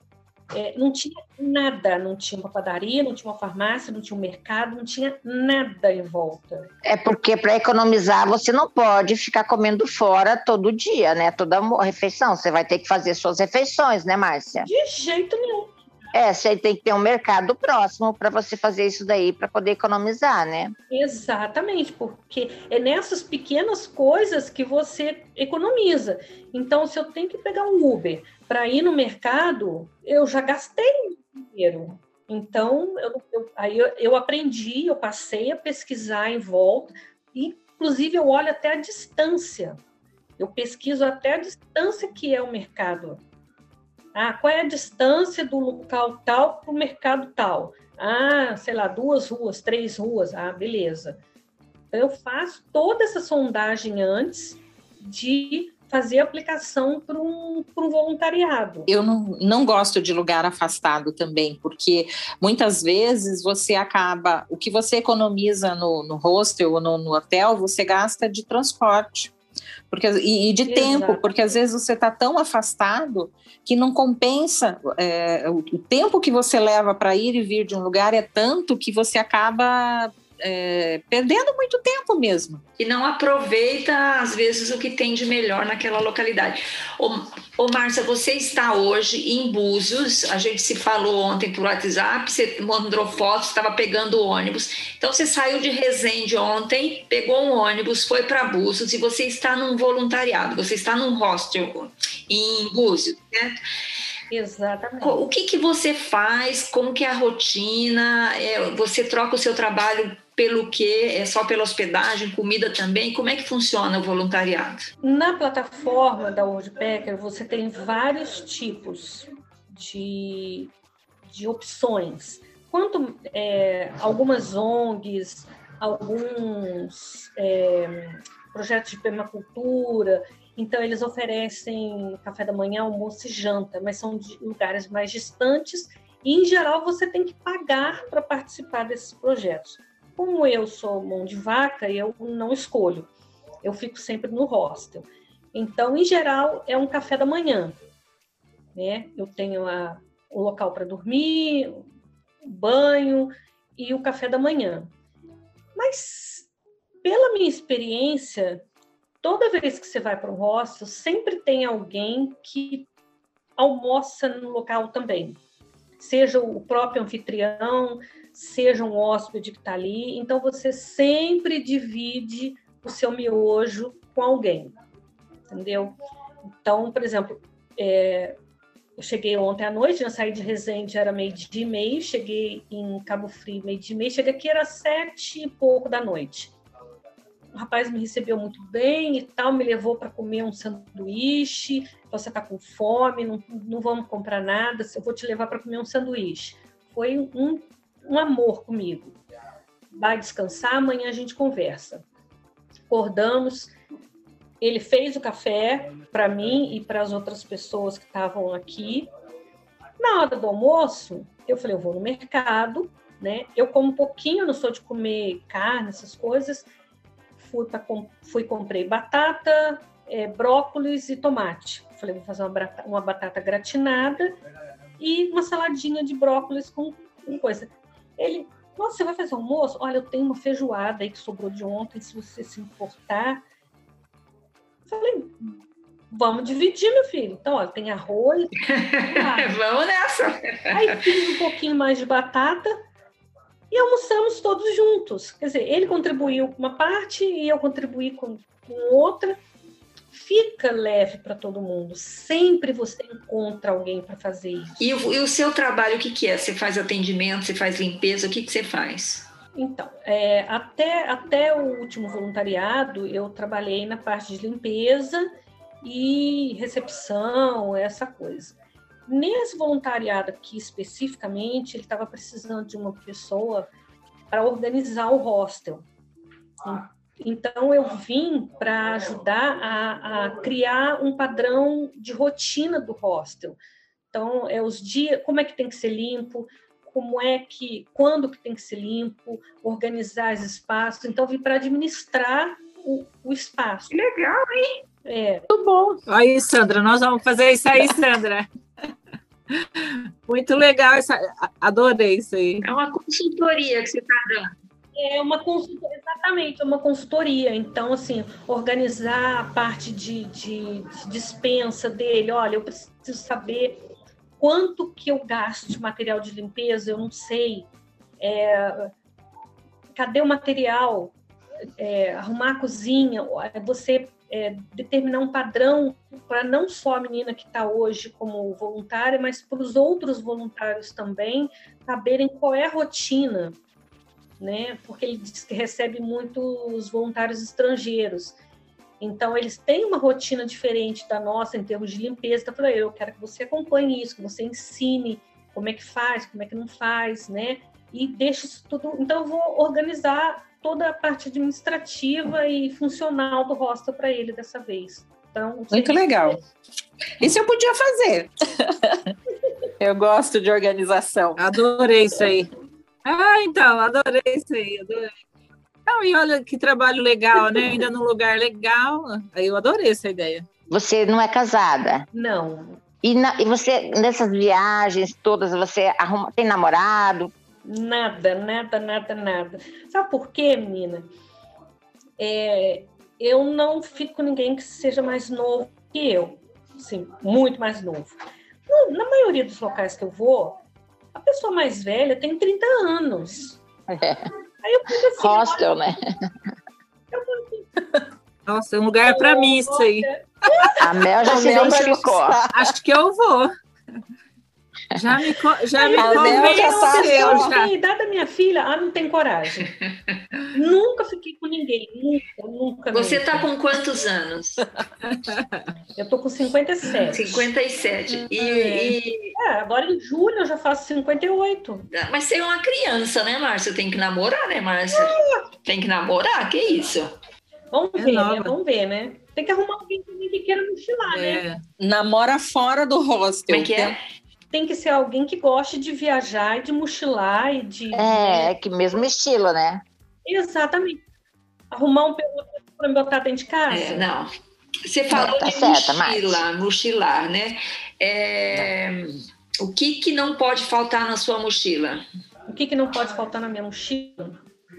É, não tinha nada, não tinha uma padaria, não tinha uma farmácia, não tinha um mercado, não tinha nada em volta. É porque para economizar você não pode ficar comendo fora todo dia, né? Toda refeição, você vai ter que fazer suas refeições, né, Márcia? De jeito nenhum. É, você tem que ter um mercado próximo para você fazer isso daí, para poder economizar, né? Exatamente, porque é nessas pequenas coisas que você economiza. Então, se eu tenho que pegar um Uber para ir no mercado, eu já gastei dinheiro. Então, eu, eu, aí eu, eu aprendi, eu passei a pesquisar em volta, e, inclusive eu olho até a distância. Eu pesquiso até a distância que é o mercado. Ah, qual é a distância do local tal para o mercado tal? Ah, sei lá, duas ruas, três ruas. Ah, beleza. Então, eu faço toda essa sondagem antes de fazer a aplicação para um, para um voluntariado. Eu não, não gosto de lugar afastado também, porque muitas vezes você acaba... O que você economiza no, no hostel ou no, no hotel, você gasta de transporte. Porque, e, e de Exato. tempo, porque às vezes você está tão afastado que não compensa, é, o, o tempo que você leva para ir e vir de um lugar é tanto que você acaba é, perdendo muito tempo mesmo. E não aproveita, às vezes, o que tem de melhor naquela localidade. Ô, ô Márcia, você está hoje em Búzios, a gente se falou ontem por WhatsApp, você mandou fotos, estava pegando o ônibus. Então, você saiu de Resende ontem, pegou um ônibus, foi para Búzios e você está num voluntariado, você está num hostel em Búzios, né? Exatamente. O que, que você faz? Como que é a rotina? É, você troca o seu trabalho pelo quê? É só pela hospedagem, comida também? Como é que funciona o voluntariado? Na plataforma da Worldpacker, você tem vários tipos de, de opções. Quanto é, algumas O N Gs, alguns é, projetos de permacultura... Então, eles oferecem café da manhã, almoço e janta, mas são de lugares mais distantes e, em geral, você tem que pagar para participar desses projetos. Como eu sou mão de vaca, eu não escolho. Eu fico sempre no hostel. Então, em geral, é um café da manhã, né? Eu tenho a, o local para dormir, o banho e o café da manhã. Mas, pela minha experiência... Toda vez que você vai para um hostel, sempre tem alguém que almoça no local também. Seja o próprio anfitrião, seja um hóspede que está ali. Então, você sempre divide o seu miojo com alguém, entendeu? Então, por exemplo, é, eu cheguei ontem à noite, né, saí de Resende, era meio-dia e meio, cheguei em Cabo Frio, meio-dia e meio, cheguei aqui, era sete e pouco da noite. O rapaz me recebeu muito bem e tal, me levou para comer um sanduíche. Você está com fome, não, não vamos comprar nada, eu vou te levar para comer um sanduíche. Foi um, um amor comigo. Vai descansar, amanhã a gente conversa. Acordamos, ele fez o café para mim e para as outras pessoas que estavam aqui. Na hora do almoço, eu falei, eu vou no mercado, né? Eu como um pouquinho, não sou de comer carne, essas coisas. Fui, pra, fui comprei batata, é, brócolis e tomate. Falei, vou fazer uma batata, uma batata gratinada e uma saladinha de brócolis com, com coisa. Ele, nossa, você vai fazer almoço? Olha, eu tenho uma feijoada aí que sobrou de ontem, se você se importar. Falei, vamos dividir, meu filho. Então, olha, tem arroz. Vamos nessa. Aí fiz um pouquinho mais de batata e almoçamos todos juntos. Quer dizer, ele contribuiu com uma parte e eu contribuí com, com outra. Fica leve para todo mundo. Sempre você encontra alguém para fazer isso. E o, e o seu trabalho, o que, que é? Você faz atendimento, você faz limpeza, o que, que você faz? Então, é, até, até o último voluntariado, eu trabalhei na parte de limpeza e recepção, essa coisa. Nesse voluntariado aqui, especificamente, ele estava precisando de uma pessoa para organizar o hostel. Então, eu vim para ajudar a, a criar um padrão de rotina do hostel. Então, é os dias, como é que tem que ser limpo, como é que, quando que tem que ser limpo, organizar os espaços. Então, vim para administrar o, o espaço. Que legal, hein? É. Muito bom. Aí, Sandra, nós vamos fazer isso aí, Sandra. Muito legal, essa, adorei isso aí. É uma consultoria que você está dando. É uma consultoria, exatamente, é uma consultoria. Então, assim, organizar a parte de, de, de dispensa dele. Olha, eu preciso saber quanto que eu gasto de material de limpeza, eu não sei. É, cadê o material? É, arrumar a cozinha, você é, determinar um padrão para não só a menina que está hoje como voluntária, mas para os outros voluntários também saberem qual é a rotina, né? Porque ele diz que recebe muitos voluntários estrangeiros. Então, eles têm uma rotina diferente da nossa em termos de limpeza. Então, eu falei, eu quero que você acompanhe isso, que você ensine como é que faz, como é que não faz, né? E deixe isso tudo... Então, eu vou organizar toda a parte administrativa e funcional do hostel para ele dessa vez. Então, muito legal. Isso eu podia fazer. Eu gosto de organização. Adorei isso aí. Ah, então, adorei isso aí, adorei. Não, e olha que trabalho legal, né? Ainda num lugar legal. Aí eu adorei essa ideia. Você não é casada? Não. E, na, e você, nessas viagens todas, você arruma, tem namorado? Nada, nada, nada, nada. Sabe por quê, menina? É, eu não fico com ninguém que seja mais novo que eu. Assim, muito mais novo. Na maioria dos locais que eu vou, a pessoa mais velha tem trinta anos. É. Aí eu fico assim, hostel, né? Eu fico assim, nossa, é um lugar para mim isso aí. A Mel já A se Mel identificou. Acho que eu vou. Já me, já me A Mel já tá convenceu. já. Já. A idade da minha filha, ah, não tem coragem. Nunca fiquei com ninguém. Nunca, nunca. Você nunca. está com quantos anos? Eu tô com cinquenta e sete. cinquenta e sete. E, É. e... É, agora em julho eu já faço cinquenta e oito. Mas você é uma criança, né, Márcia? Tem que namorar, né, Márcia? Tem que namorar? Que isso? Vamos É ver, nova. né? Vamos ver, né? Tem que arrumar alguém também que queira mochilar, né? É. Namora fora do hostel. Como é que é? Tem que ser alguém que goste de viajar e de mochilar e de... É, que mesmo estilo, né? Exatamente. Arrumar um piloto para me botar dentro de casa. É, não. Você falou tá de certa, mochila, mochilar, né? É, o que, que não pode faltar na sua mochila? O que, que não pode faltar na minha mochila?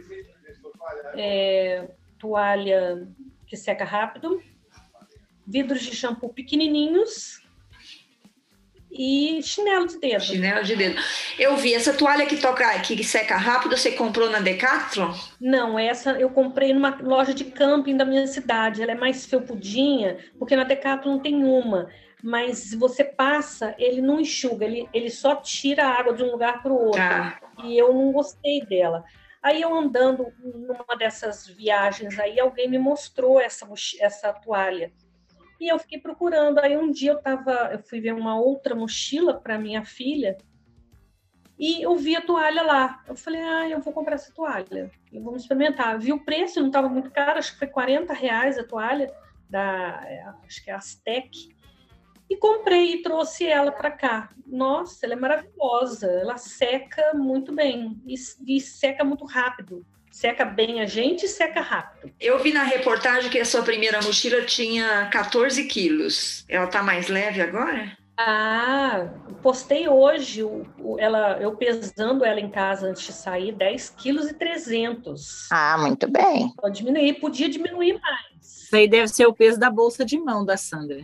É, toalha que seca rápido, vidros de shampoo pequenininhos, e chinelo de dedo. Chinelo de dedo. Eu vi, essa toalha que toca, que seca rápido, você comprou na Decathlon? Não, essa eu comprei numa loja de camping da minha cidade. Ela é mais felpudinha, porque na Decathlon tem uma. Mas você passa, ele não enxuga, ele, ele só tira a água de um lugar para o outro. Ah. E eu não gostei dela. Aí eu andando numa dessas viagens aí, alguém me mostrou essa, essa toalha. E eu fiquei procurando. Aí um dia eu tava, eu fui ver uma outra mochila para minha filha e eu vi a toalha lá. Eu falei, ah, eu vou comprar essa toalha. E vamos experimentar. Vi o preço, não estava muito caro, acho que foi quarenta reais a toalha, da, acho que é Aztec. E comprei e trouxe ela para cá. Nossa, ela é maravilhosa. Ela seca muito bem e, e seca muito rápido. Seca bem a gente e seca rápido. Eu vi na reportagem que a sua primeira mochila tinha quatorze quilos. Ela tá mais leve agora? Ah, postei hoje o, o, ela, eu pesando ela em casa antes de sair, dez quilos e trezentos. Ah, muito bem. Pode diminuir, podia diminuir mais. Isso aí deve ser o peso da bolsa de mão da Sandra.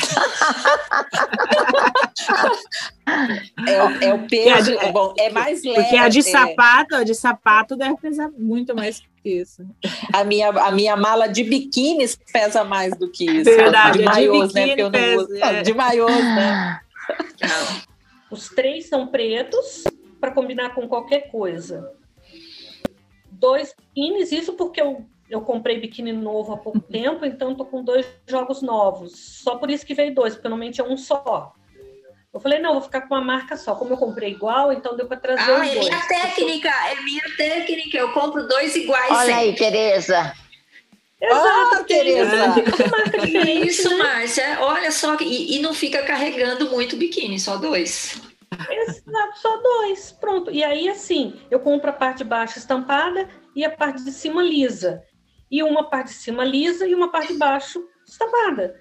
É o, é o peso, é, bom, é mais leve. Porque a de é. sapato, a de sapato deve pesar muito mais que isso. A minha, a minha mala de biquíni pesa mais do que isso. Verdade, de maiôs, de né? Porque eu não pesa, uso. é. De maiôs, né? Os três são pretos para combinar com qualquer coisa. Dois biquínis, isso porque eu, eu comprei biquíni novo há pouco tempo, então estou com dois jogos novos. Só por isso que veio dois, porque normalmente é um só. Eu falei, não, vou ficar com uma marca só. Como eu comprei igual, então deu para trazer Ah, os é dois. minha técnica, é minha técnica. Eu compro dois iguais. Olha sempre. aí, Tereza. Exato, Ah, Tereza. Fica com marca diferente, Isso, né? Márcia. Olha só, e, e não fica carregando muito biquíni, só dois. Exato, só dois, pronto. E aí, assim, eu compro a parte de baixo estampada e a parte de cima lisa. E uma parte de cima lisa e uma parte de baixo estampada.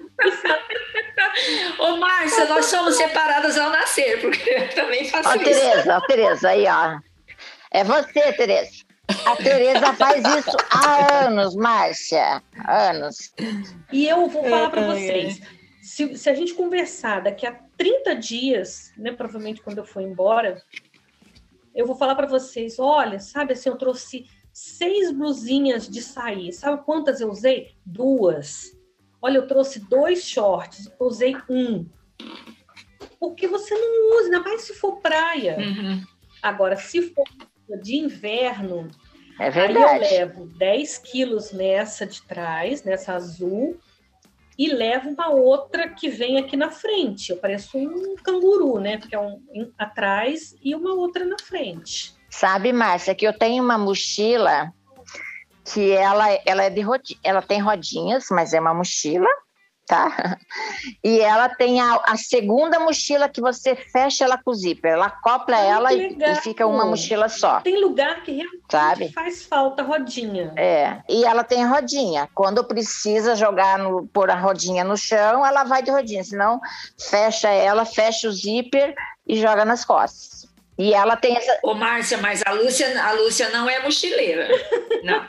Ô, Márcia, nós somos separadas ao nascer, porque eu também faço Ó, isso. Tereza, ó, Tereza, aí, ó. É você, Tereza. A Tereza faz isso há anos, Márcia. Anos. E eu vou falar para É, é, vocês, se, se a gente conversar daqui a trinta dias, né, provavelmente quando eu for embora, eu vou falar para vocês, olha, sabe assim, eu trouxe seis blusinhas de sair. Sabe quantas eu usei? Duas. Olha, eu trouxe dois shorts, eu usei um. Porque você não usa, ainda mais se for praia. Uhum. Agora, se for de inverno, É aí verdade. eu levo dez quilos nessa de trás, nessa azul, e levo uma outra que vem aqui na frente. Eu pareço um canguru, né? Porque é um em- atrás e uma outra na frente. Sabe, Márcia, que eu tenho uma mochila que ela, ela, é de rodi... ela tem rodinhas, mas é uma mochila, tá? E ela tem a, a segunda mochila que você fecha ela com o zíper. Ela acopla Ai, ela que e, legal. e fica uma mochila só. Tem lugar que realmente Sabe? faz falta rodinha. É, e ela tem rodinha. Quando precisa jogar, no, pôr a rodinha no chão, ela vai de rodinha. Senão, fecha ela, fecha o zíper e joga nas costas. E ela tem essa... Ô, Márcia, mas a Lúcia, a Lúcia não é mochileira. Não.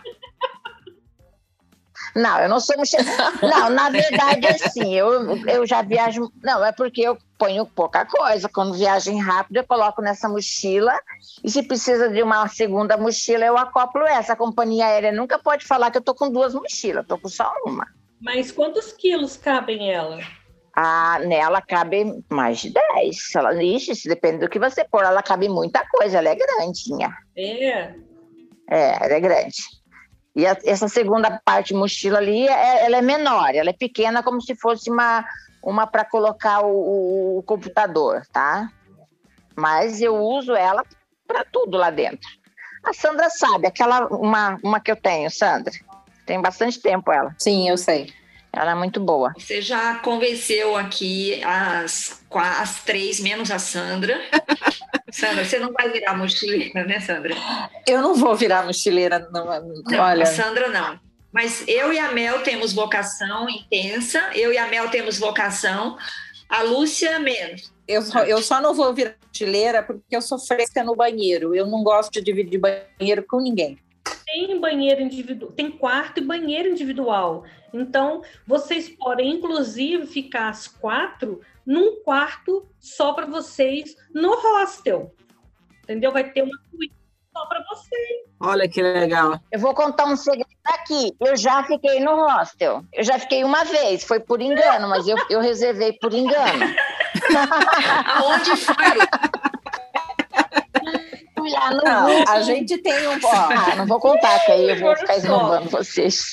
Não, eu não sou mochileira. Não, na verdade, assim, eu, eu já viajo... Não, é porque eu ponho pouca coisa. Quando viagem rápido, eu coloco nessa mochila. E se precisa de uma segunda mochila, eu acoplo essa. A companhia aérea nunca pode falar que eu tô com duas mochilas. Eu tô com só uma. Mas quantos quilos cabem ela? Ah, nela cabe mais de dez. Ela, ixi, se depende do que você pôr, ela cabe muita coisa. Ela é grandinha. É. É, ela é grande. E a, essa segunda parte mochila ali, é, ela é menor, ela é pequena, como se fosse uma, uma para colocar o, o computador, tá? Mas eu uso ela para tudo lá dentro. A Sandra sabe, aquela uma, uma que eu tenho, Sandra. Tem bastante tempo ela. Sim, eu sei. Ela é muito boa. Você já convenceu aqui as, as três, menos a Sandra. Sandra, você não vai virar mochileira, né, Sandra? Eu não vou virar mochileira, não, Não, olha. a Sandra não. Mas eu e a Mel temos vocação intensa, eu e a Mel temos vocação, a Lúcia menos. Eu só, eu só não vou virar mochileira porque eu sou fresca no banheiro. Eu não gosto de dividir banheiro com ninguém. tem banheiro individual, tem quarto e banheiro individual. Então, vocês podem, inclusive, ficar as quatro num quarto só para vocês no hostel. Entendeu? Vai ter uma suíte só para vocês. Olha que legal. Eu vou contar um segredo aqui. Eu já fiquei no hostel. Eu já fiquei uma vez, foi por engano, mas eu, eu reservei por engano. Aonde foi? Fui lá no Não, grupo. a gente tem um... Ó, Ah, não vou contar, que aí eu vou ficar esnobando vocês.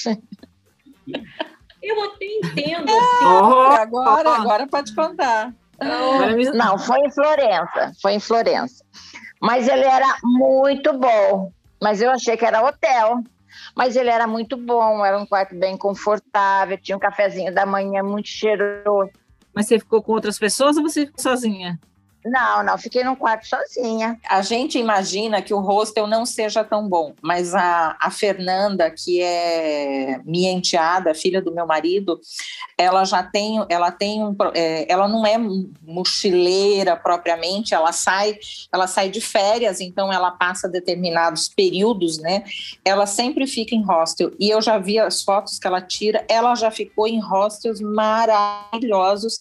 Eu até entendo, assim. Oh, agora, oh. agora pode contar. Agora me- Não, foi em Florença. Foi em Florença. Mas ele era muito bom. Mas eu achei que era hotel. Mas ele era muito bom. Era um quarto bem confortável. Tinha um cafezinho da manhã muito cheiroso. Mas você ficou com outras pessoas ou você ficou sozinha? Não, não. Fiquei num quarto sozinha. A gente imagina que o hostel não seja tão bom, mas a, a Fernanda, que é minha enteada, filha do meu marido, ela já tem, ela tem um, é, ela não é mochileira propriamente, ela sai, ela sai de férias, então ela passa determinados períodos, né? Ela sempre fica em hostel, e eu já vi as fotos que ela tira, ela já ficou em hostels maravilhosos.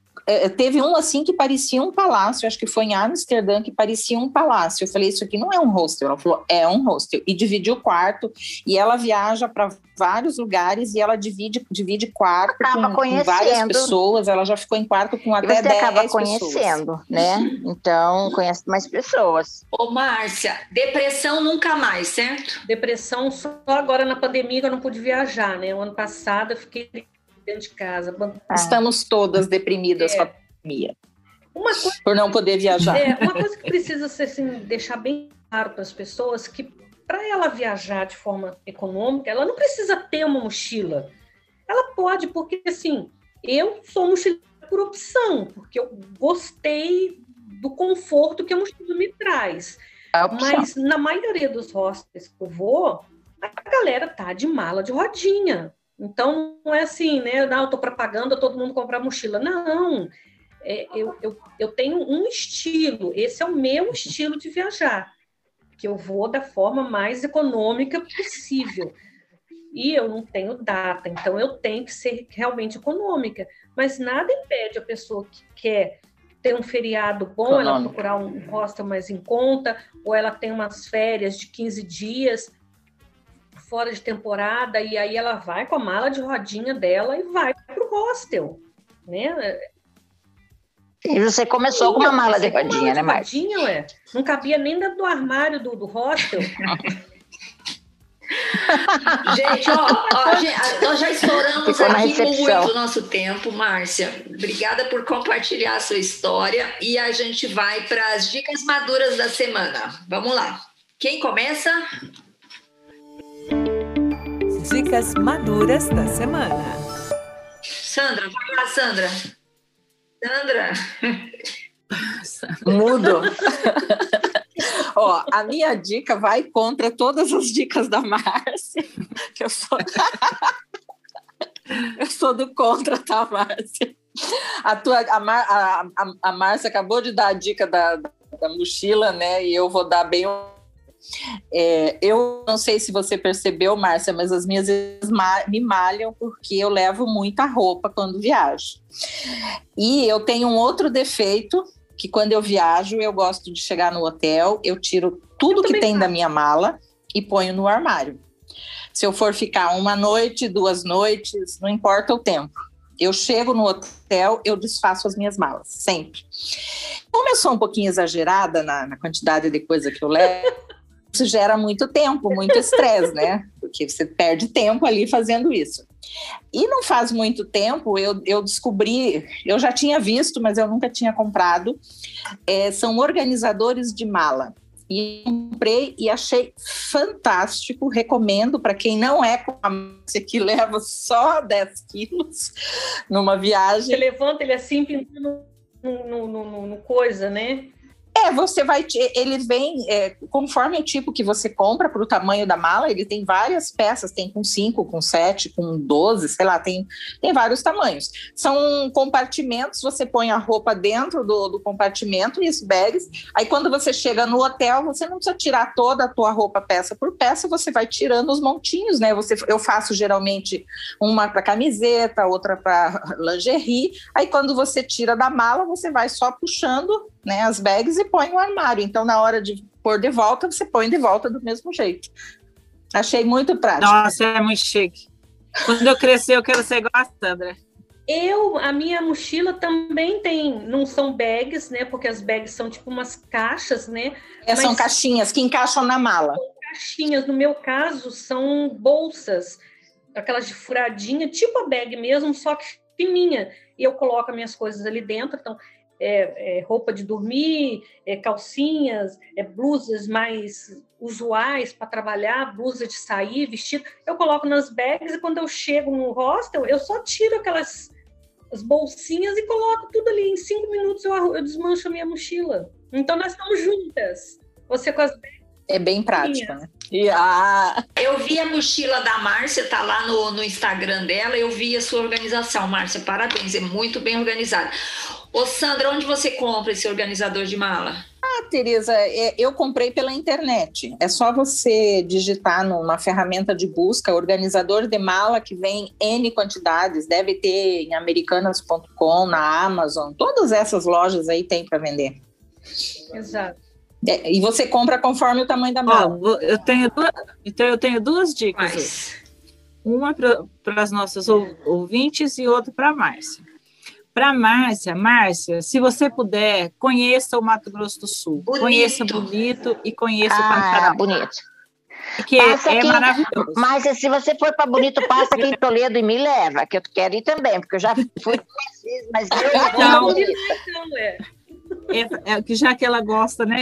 Teve um assim que parecia um palácio, acho que foi em Amsterdã, que parecia um palácio. Eu falei, isso aqui não é um hostel. Ela falou, é um hostel. E dividiu o quarto, e ela viaja para vários lugares, e ela divide, divide quarto com, com várias pessoas. Ela já ficou em quarto com até E você dez acaba pessoas. conhecendo, né? Então, conhece mais pessoas. Ô, Márcia, depressão nunca mais, certo? Depressão só agora na pandemia que eu não pude viajar, né? O ano passado eu fiquei dentro de casa. Estamos todas deprimidas É. com a pandemia, Uma coisa, por não poder viajar. é, uma coisa que precisa ser, assim, deixar bem claro para as pessoas que para ela viajar de forma econômica, ela não precisa ter uma mochila. Ela pode, porque assim, eu sou mochileira por opção, porque eu gostei do conforto que a mochila me traz. É a opção. Mas na maioria dos hostels que eu vou, a galera tá de mala de rodinha. Então, não é assim, né? Não, eu tô propaganda, todo mundo comprar mochila. Não, é, eu, eu, eu tenho um estilo, esse é o meu estilo de viajar, que eu vou da forma mais econômica possível. E eu não tenho data, então eu tenho que ser realmente econômica. Mas nada impede a pessoa que quer ter um feriado bom, ela procurar um hostel mais em conta, ou ela tem umas férias de quinze dias, fora de temporada, e aí ela vai com a mala de rodinha dela e vai para o hostel, né? E você começou com uma mala de Com rodinha, né, Márcia? rodinha, ué. Não cabia nem dentro do armário do, do hostel. Gente, ó, ó, gente, nós já estouramos Ficou na aqui recepção. muito o nosso tempo, Márcia. Obrigada por compartilhar a sua história, e a gente vai para as dicas maduras da semana. Vamos lá. Quem começa? Dicas maduras da semana. Sandra, vai lá, Sandra. Sandra. Mudo. Ó, a minha dica vai contra todas as dicas da Márcia, que eu sou, eu sou do contra, tá, Márcia? A, tua, a, Mar, a, a, a Márcia acabou de dar a dica da, da mochila, né? E eu vou dar bem... É, eu não sei se você percebeu, Márcia, mas as minhas me malham porque eu levo muita roupa quando viajo. E eu tenho um outro defeito, que quando eu viajo, eu gosto de chegar no hotel, eu tiro tudo que tem da minha mala e ponho no armário. Se eu for ficar uma noite, duas noites, não importa o tempo. Eu chego no hotel, eu desfaço as minhas malas, sempre. Como eu sou um pouquinho exagerada na, na quantidade de coisa que eu levo, isso gera muito tempo, muito estresse, né? Porque você perde tempo ali fazendo isso. E não faz muito tempo, eu, eu descobri, eu já tinha visto, mas eu nunca tinha comprado, é, são organizadores de mala. E comprei e achei fantástico, recomendo para quem não é como a Márcia, que leva só dez quilos numa viagem. Você levanta ele assim, pintando no, no, no, no coisa, né? É, você vai, ele vem, é, conforme o tipo que você compra para o tamanho da mala, ele tem várias peças, tem com cinco, com sete, com doze, sei lá, tem, tem vários tamanhos. São compartimentos, você põe a roupa dentro do, do compartimento e os bags, aí quando você chega no hotel, você não precisa tirar toda a tua roupa peça por peça, você vai tirando os montinhos, né? Você, eu faço geralmente uma para camiseta, outra para lingerie, aí quando você tira da mala, você vai só puxando, né, as bags e põe no armário. Então, na hora de pôr de volta, você põe de volta do mesmo jeito. Achei muito prático. Nossa, é muito chique. Quando eu crescer, eu quero ser igual a Sandra. Eu, a minha mochila também tem, não são bags, né? Porque as bags são tipo umas caixas, né? É, são caixinhas que encaixam na mala. Caixinhas, no meu caso, são bolsas, aquelas de furadinha, tipo a bag mesmo, só que fininha. E eu coloco as minhas coisas ali dentro, então É, é, roupa de dormir, é, calcinhas, é, blusas mais usuais para trabalhar, blusa de sair, vestido, eu coloco nas bags e quando eu chego no hostel, eu só tiro aquelas as bolsinhas e coloco tudo ali. Em cinco minutos eu, eu desmancho a minha mochila. Então nós estamos juntas. Você com as bags. É bem prático, né? E a... Eu vi a mochila da Márcia, tá lá no, no Instagram dela, eu vi a sua organização, Márcia, parabéns, é muito bem organizada. Ô Sandra, onde você compra esse organizador de mala? Ah, Tereza, eu comprei pela internet. É só você digitar numa ferramenta de busca, organizador de mala, que vem N quantidades, deve ter em americanas ponto com, na Amazon, todas essas lojas aí tem para vender. Exato. É, e você compra conforme o tamanho da mala. Ó, eu tenho duas, então eu tenho duas dicas hoje. Uma para as nossas ouvintes e outra para a Márcia. Para a Márcia, Márcia, se você puder, conheça o Mato Grosso do Sul. Bonito. Conheça Bonito e conheça ah, o Pantanal. bonito. Porque passa é aqui, maravilhoso. Mas se você for para Bonito, passa aqui em Toledo e me leva, que eu quero ir também, porque eu já fui duas vezes, mas eu Então, não Então, é. É, é, que já que ela gosta, né?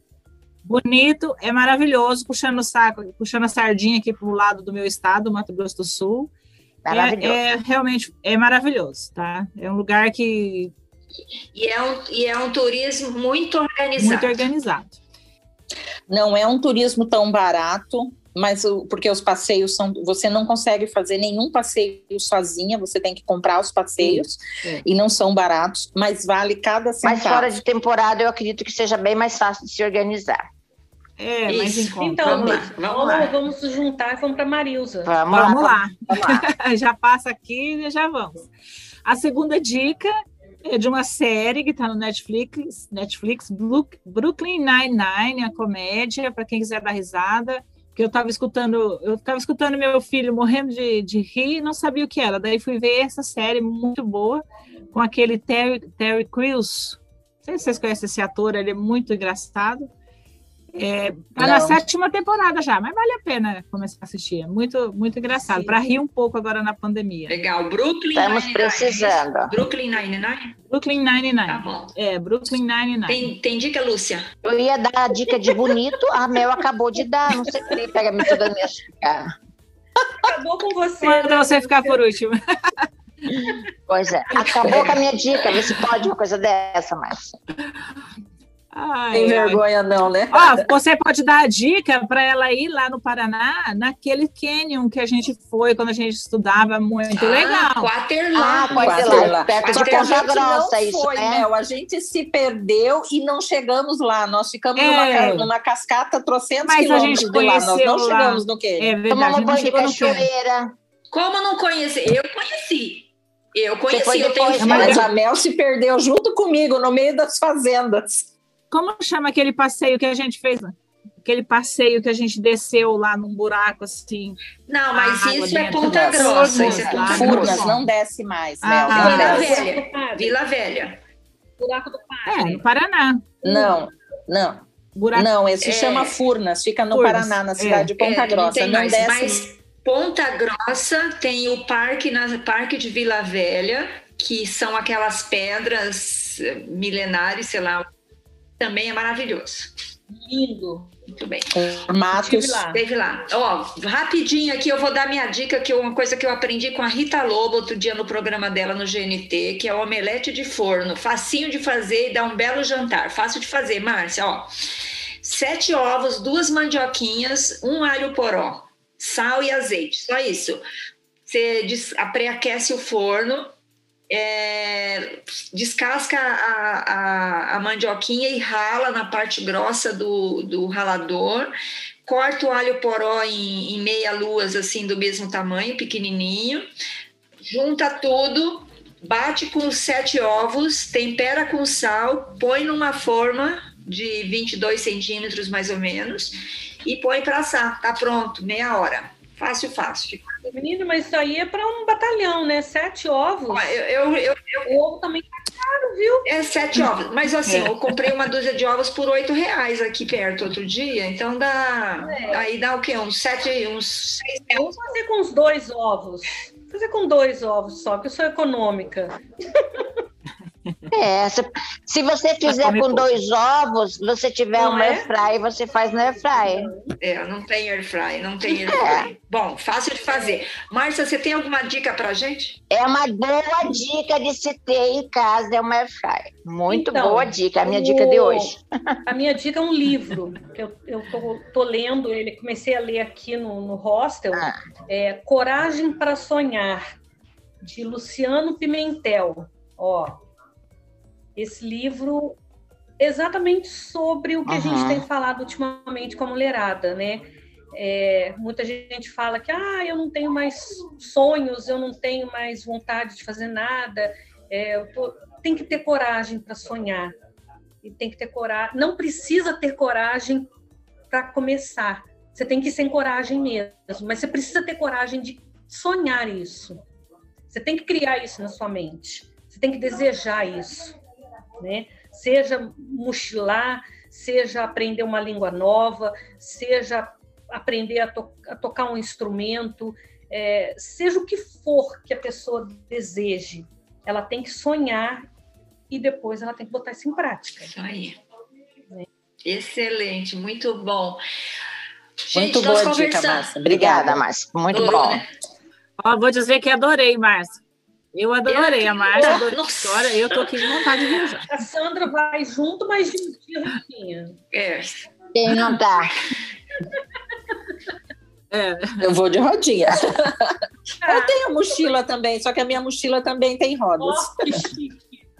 Bonito, é maravilhoso, puxando o saco, puxando a sardinha aqui para o lado do meu estado, Mato Grosso do Sul. Maravilhoso. É, é realmente é maravilhoso, tá? É um lugar que e é um, e é um turismo muito organizado. Muito organizado. Não é um turismo tão barato, mas o, porque os passeios são, você não consegue fazer nenhum passeio sozinha, você tem que comprar os passeios é. E não são baratos, mas vale cada centavo. Mas fora de temporada eu acredito que seja bem mais fácil de se organizar. É, mas encontra. Então, vamos lá, vamos, vamos lá. vamos nos juntar e vamos para Marilza. Vamos, Vamos lá. lá. Vamos lá. Já passa aqui e já vamos. A segunda dica é de uma série que está no Netflix, Netflix Brooklyn Nine-Nine, a comédia, para quem quiser dar risada. Que eu estava escutando, eu estava escutando meu filho morrendo de, de rir e não sabia o que era. Daí fui ver essa série muito boa com aquele Terry, Terry Crews. Não sei se vocês conhecem esse ator, ele é muito engraçado. É, tá na sétima temporada já, mas vale a pena começar a assistir. É muito, muito engraçado, para rir um pouco agora na pandemia. Legal, Brooklyn Estamos Nine-Nine. precisando. Brooklyn Nine-Nine? Brooklyn Nine-Nine. Tá bom. É, Brooklyn Nine-Nine. Tem, tem dica, Lúcia? Eu ia dar a dica de bonito, a Mel acabou de dar, não sei se ele pega me toda a minha dica. Acabou com você. Manda você ficar por último. Pois é, acabou com a minha dica, vê se pode uma coisa dessa, mas... Ai, Tem ai. vergonha não, né? Ó, você pode dar a dica para ela ir lá no Paraná, naquele canyon que a gente foi quando a gente estudava, muito legal. Quaterlá. Ah, Quaterlá, perto Só de que a Ponta gente Grossa, não isso, foi, né? Mel, a gente se perdeu e não chegamos lá. Nós ficamos É. numa, ca- numa cascata trocentos Mas a quilômetros gente de lá. Nós conheceu não lá. chegamos no quê? É verdade, Tomamos não banho de chegou no canyon. cachoeira. Como não conheci? Eu conheci. Eu conheci, foi eu tenho depois, foto. Mas a Mel se perdeu junto comigo no meio das fazendas. Como chama aquele passeio que a gente fez? Aquele passeio que a gente desceu lá num buraco assim. Não, mas Água isso é dentro Ponta das Grossa. Isso é Furnas, Ponta Furnas, Grossa. não desce mais, Ah, Mel. não Vila desce. Velha. Vila Velha. Buraco do É, Padre. no Paraná. Não, não. Buraco. Não, esse É. se chama Furnas, fica no Furnas, Paraná, na é. cidade de Ponta É, não Grossa. tem Não, mais, desce. mas Ponta Grossa tem o parque, na, parque de Vila Velha, que são aquelas pedras eh, milenares, sei lá, também é maravilhoso. Lindo. Muito bem. Formatos. lá. Teve lá. Ó, rapidinho aqui eu vou dar minha dica, que é uma coisa que eu aprendi com a Rita Lobo outro dia no programa dela no G N T, que é o omelete de forno. Facinho de fazer e dá um belo jantar. Fácil de fazer, Márcia, ó. Sete ovos, duas mandioquinhas, um alho poró, sal e azeite. Só isso. Você des- pré-aquece o forno, é, descasca a, a, a mandioquinha e rala na parte grossa do, do ralador, corta o alho poró em, em meia luas, assim, do mesmo tamanho, pequenininho, junta tudo, bate com os sete ovos, tempera com sal, põe numa forma de vinte e dois centímetros, mais ou menos, e põe para assar. Tá pronto, meia hora. Fácil, fácil. Menino, mas isso aí é para um batalhão, né? Sete ovos. Ó, Eu, eu, eu, O ovo também tá caro, viu? É sete ovos, mas assim, eu comprei uma dúzia de ovos por oito reais aqui perto outro dia, então dá, É. aí dá o quê? Uns sete, uns seis reais. Vamos fazer com os dois ovos. Vou fazer com dois ovos só, que eu sou econômica. É, se, se você fizer come com pouco. dois ovos, você tiver Não uma é? airfry, você faz no airfry. É, não tem air fry, não tem air fry. Bom, fácil de fazer. Márcia, você tem alguma dica pra gente? É uma boa dica de se ter em casa, é uma airfry. Muito Então, boa dica, a minha o- dica de hoje. A minha dica é um livro, que eu, eu tô, tô lendo ele, comecei a ler aqui no, no hostel, Ah. é Coragem para Sonhar, de Luciano Pimentel. Ó, esse livro é exatamente sobre o que a Aham. gente tem falado ultimamente com a mulherada, né? É, muita gente fala que ah, eu não tenho mais sonhos, eu não tenho mais vontade de fazer nada, é, eu tô... tem que ter coragem para sonhar. E tem que ter coragem. Não precisa ter coragem para começar. Você tem que ir sem coragem mesmo, mas você precisa ter coragem de sonhar isso. Você tem que criar isso na sua mente. Você tem que desejar isso, né? Seja mochilar, seja aprender uma língua nova, seja aprender a, to- a tocar um instrumento, é, seja o que for que a pessoa deseje, ela tem que sonhar e depois ela tem que botar isso em prática. Isso aí. Excelente, muito bom. Gente, Muito nós boa dica, conversamos. Márcia. Obrigada, Márcia. Muito Adorou, bom. né? Ó, vou dizer que adorei, Márcia. Eu adorei a Márcia, adorei a Nossa. história. Eu tô aqui com vontade de viajar. A Sandra vai junto, mas de roupinha. É. Quem não tá? É. Eu vou de rodinha. Ah. Eu tenho mochila também, só que a minha mochila também tem rodas. Nossa, que chique.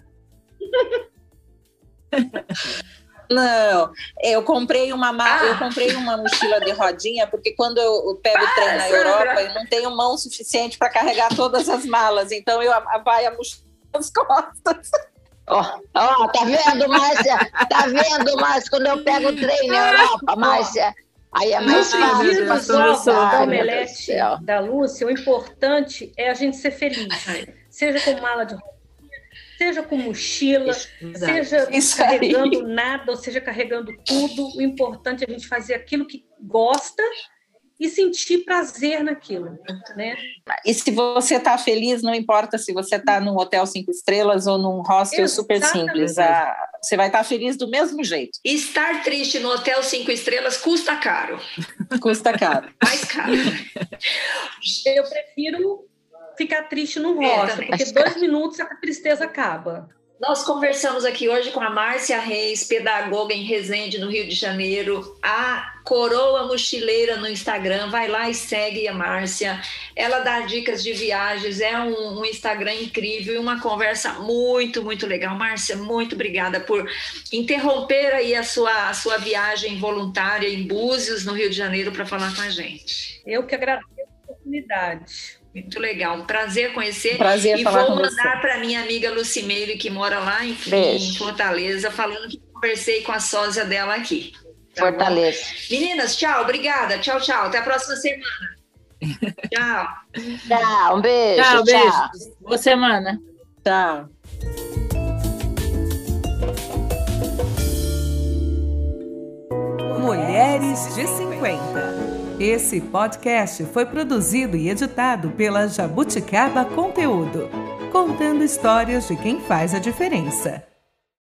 Não, eu comprei uma ma- Ah. eu comprei uma mochila de rodinha porque quando eu eu pego o trem na Sandra. Europa eu não tenho mão suficiente para carregar todas as malas, então eu a- vai a mochila nas costas. Ó, ó, tá vendo, Márcia? Tá vendo, Márcia? Quando eu pego o trem na Europa, Márcia, aí é mais No fácil. pedido pra dos soltar, ovos da meu Deus do omelete céu. da Lúcia, o importante é a gente ser feliz. Seja com mala de roupa, seja com mochila, seja Isso aí. carregando nada, ou seja carregando tudo. O importante é a gente fazer aquilo que gosta e sentir prazer naquilo, né? E se você está feliz, não importa se você está num hotel cinco estrelas ou num hostel super Exatamente. simples, a- você vai estar feliz do mesmo jeito. Estar triste no hotel cinco estrelas custa caro. Custa caro. Mais caro. Eu prefiro ficar triste no É, rosto, também. porque dois minutos a tristeza acaba. Nós conversamos aqui hoje com a Márcia Reis, pedagoga em Resende, no Rio de Janeiro, a Coroa Mochileira no Instagram. Vai lá e segue a Márcia. Ela dá dicas de viagens, é um, um Instagram incrível e uma conversa muito, muito legal. Márcia, muito obrigada por interromper aí a sua, a sua viagem voluntária em Búzios, no Rio de Janeiro, para falar com a gente. Eu que agradeço a oportunidade. Muito legal, um prazer conhecer. Prazer E falar vou com você. mandar para minha amiga Lucimeire, que mora lá em, em Beijo. Fortaleza, falando que conversei com a sósia dela aqui. Tá bom? Fortaleza. Meninas, tchau, obrigada. Tchau, tchau. Até a próxima semana. Tchau. Tchau, um beijo. Tchau, Tchau. beijo. Boa semana. Tá. Mulheres de cinquenta. Esse podcast foi produzido e editado pela Jabuticaba Conteúdo, contando histórias de quem faz a diferença.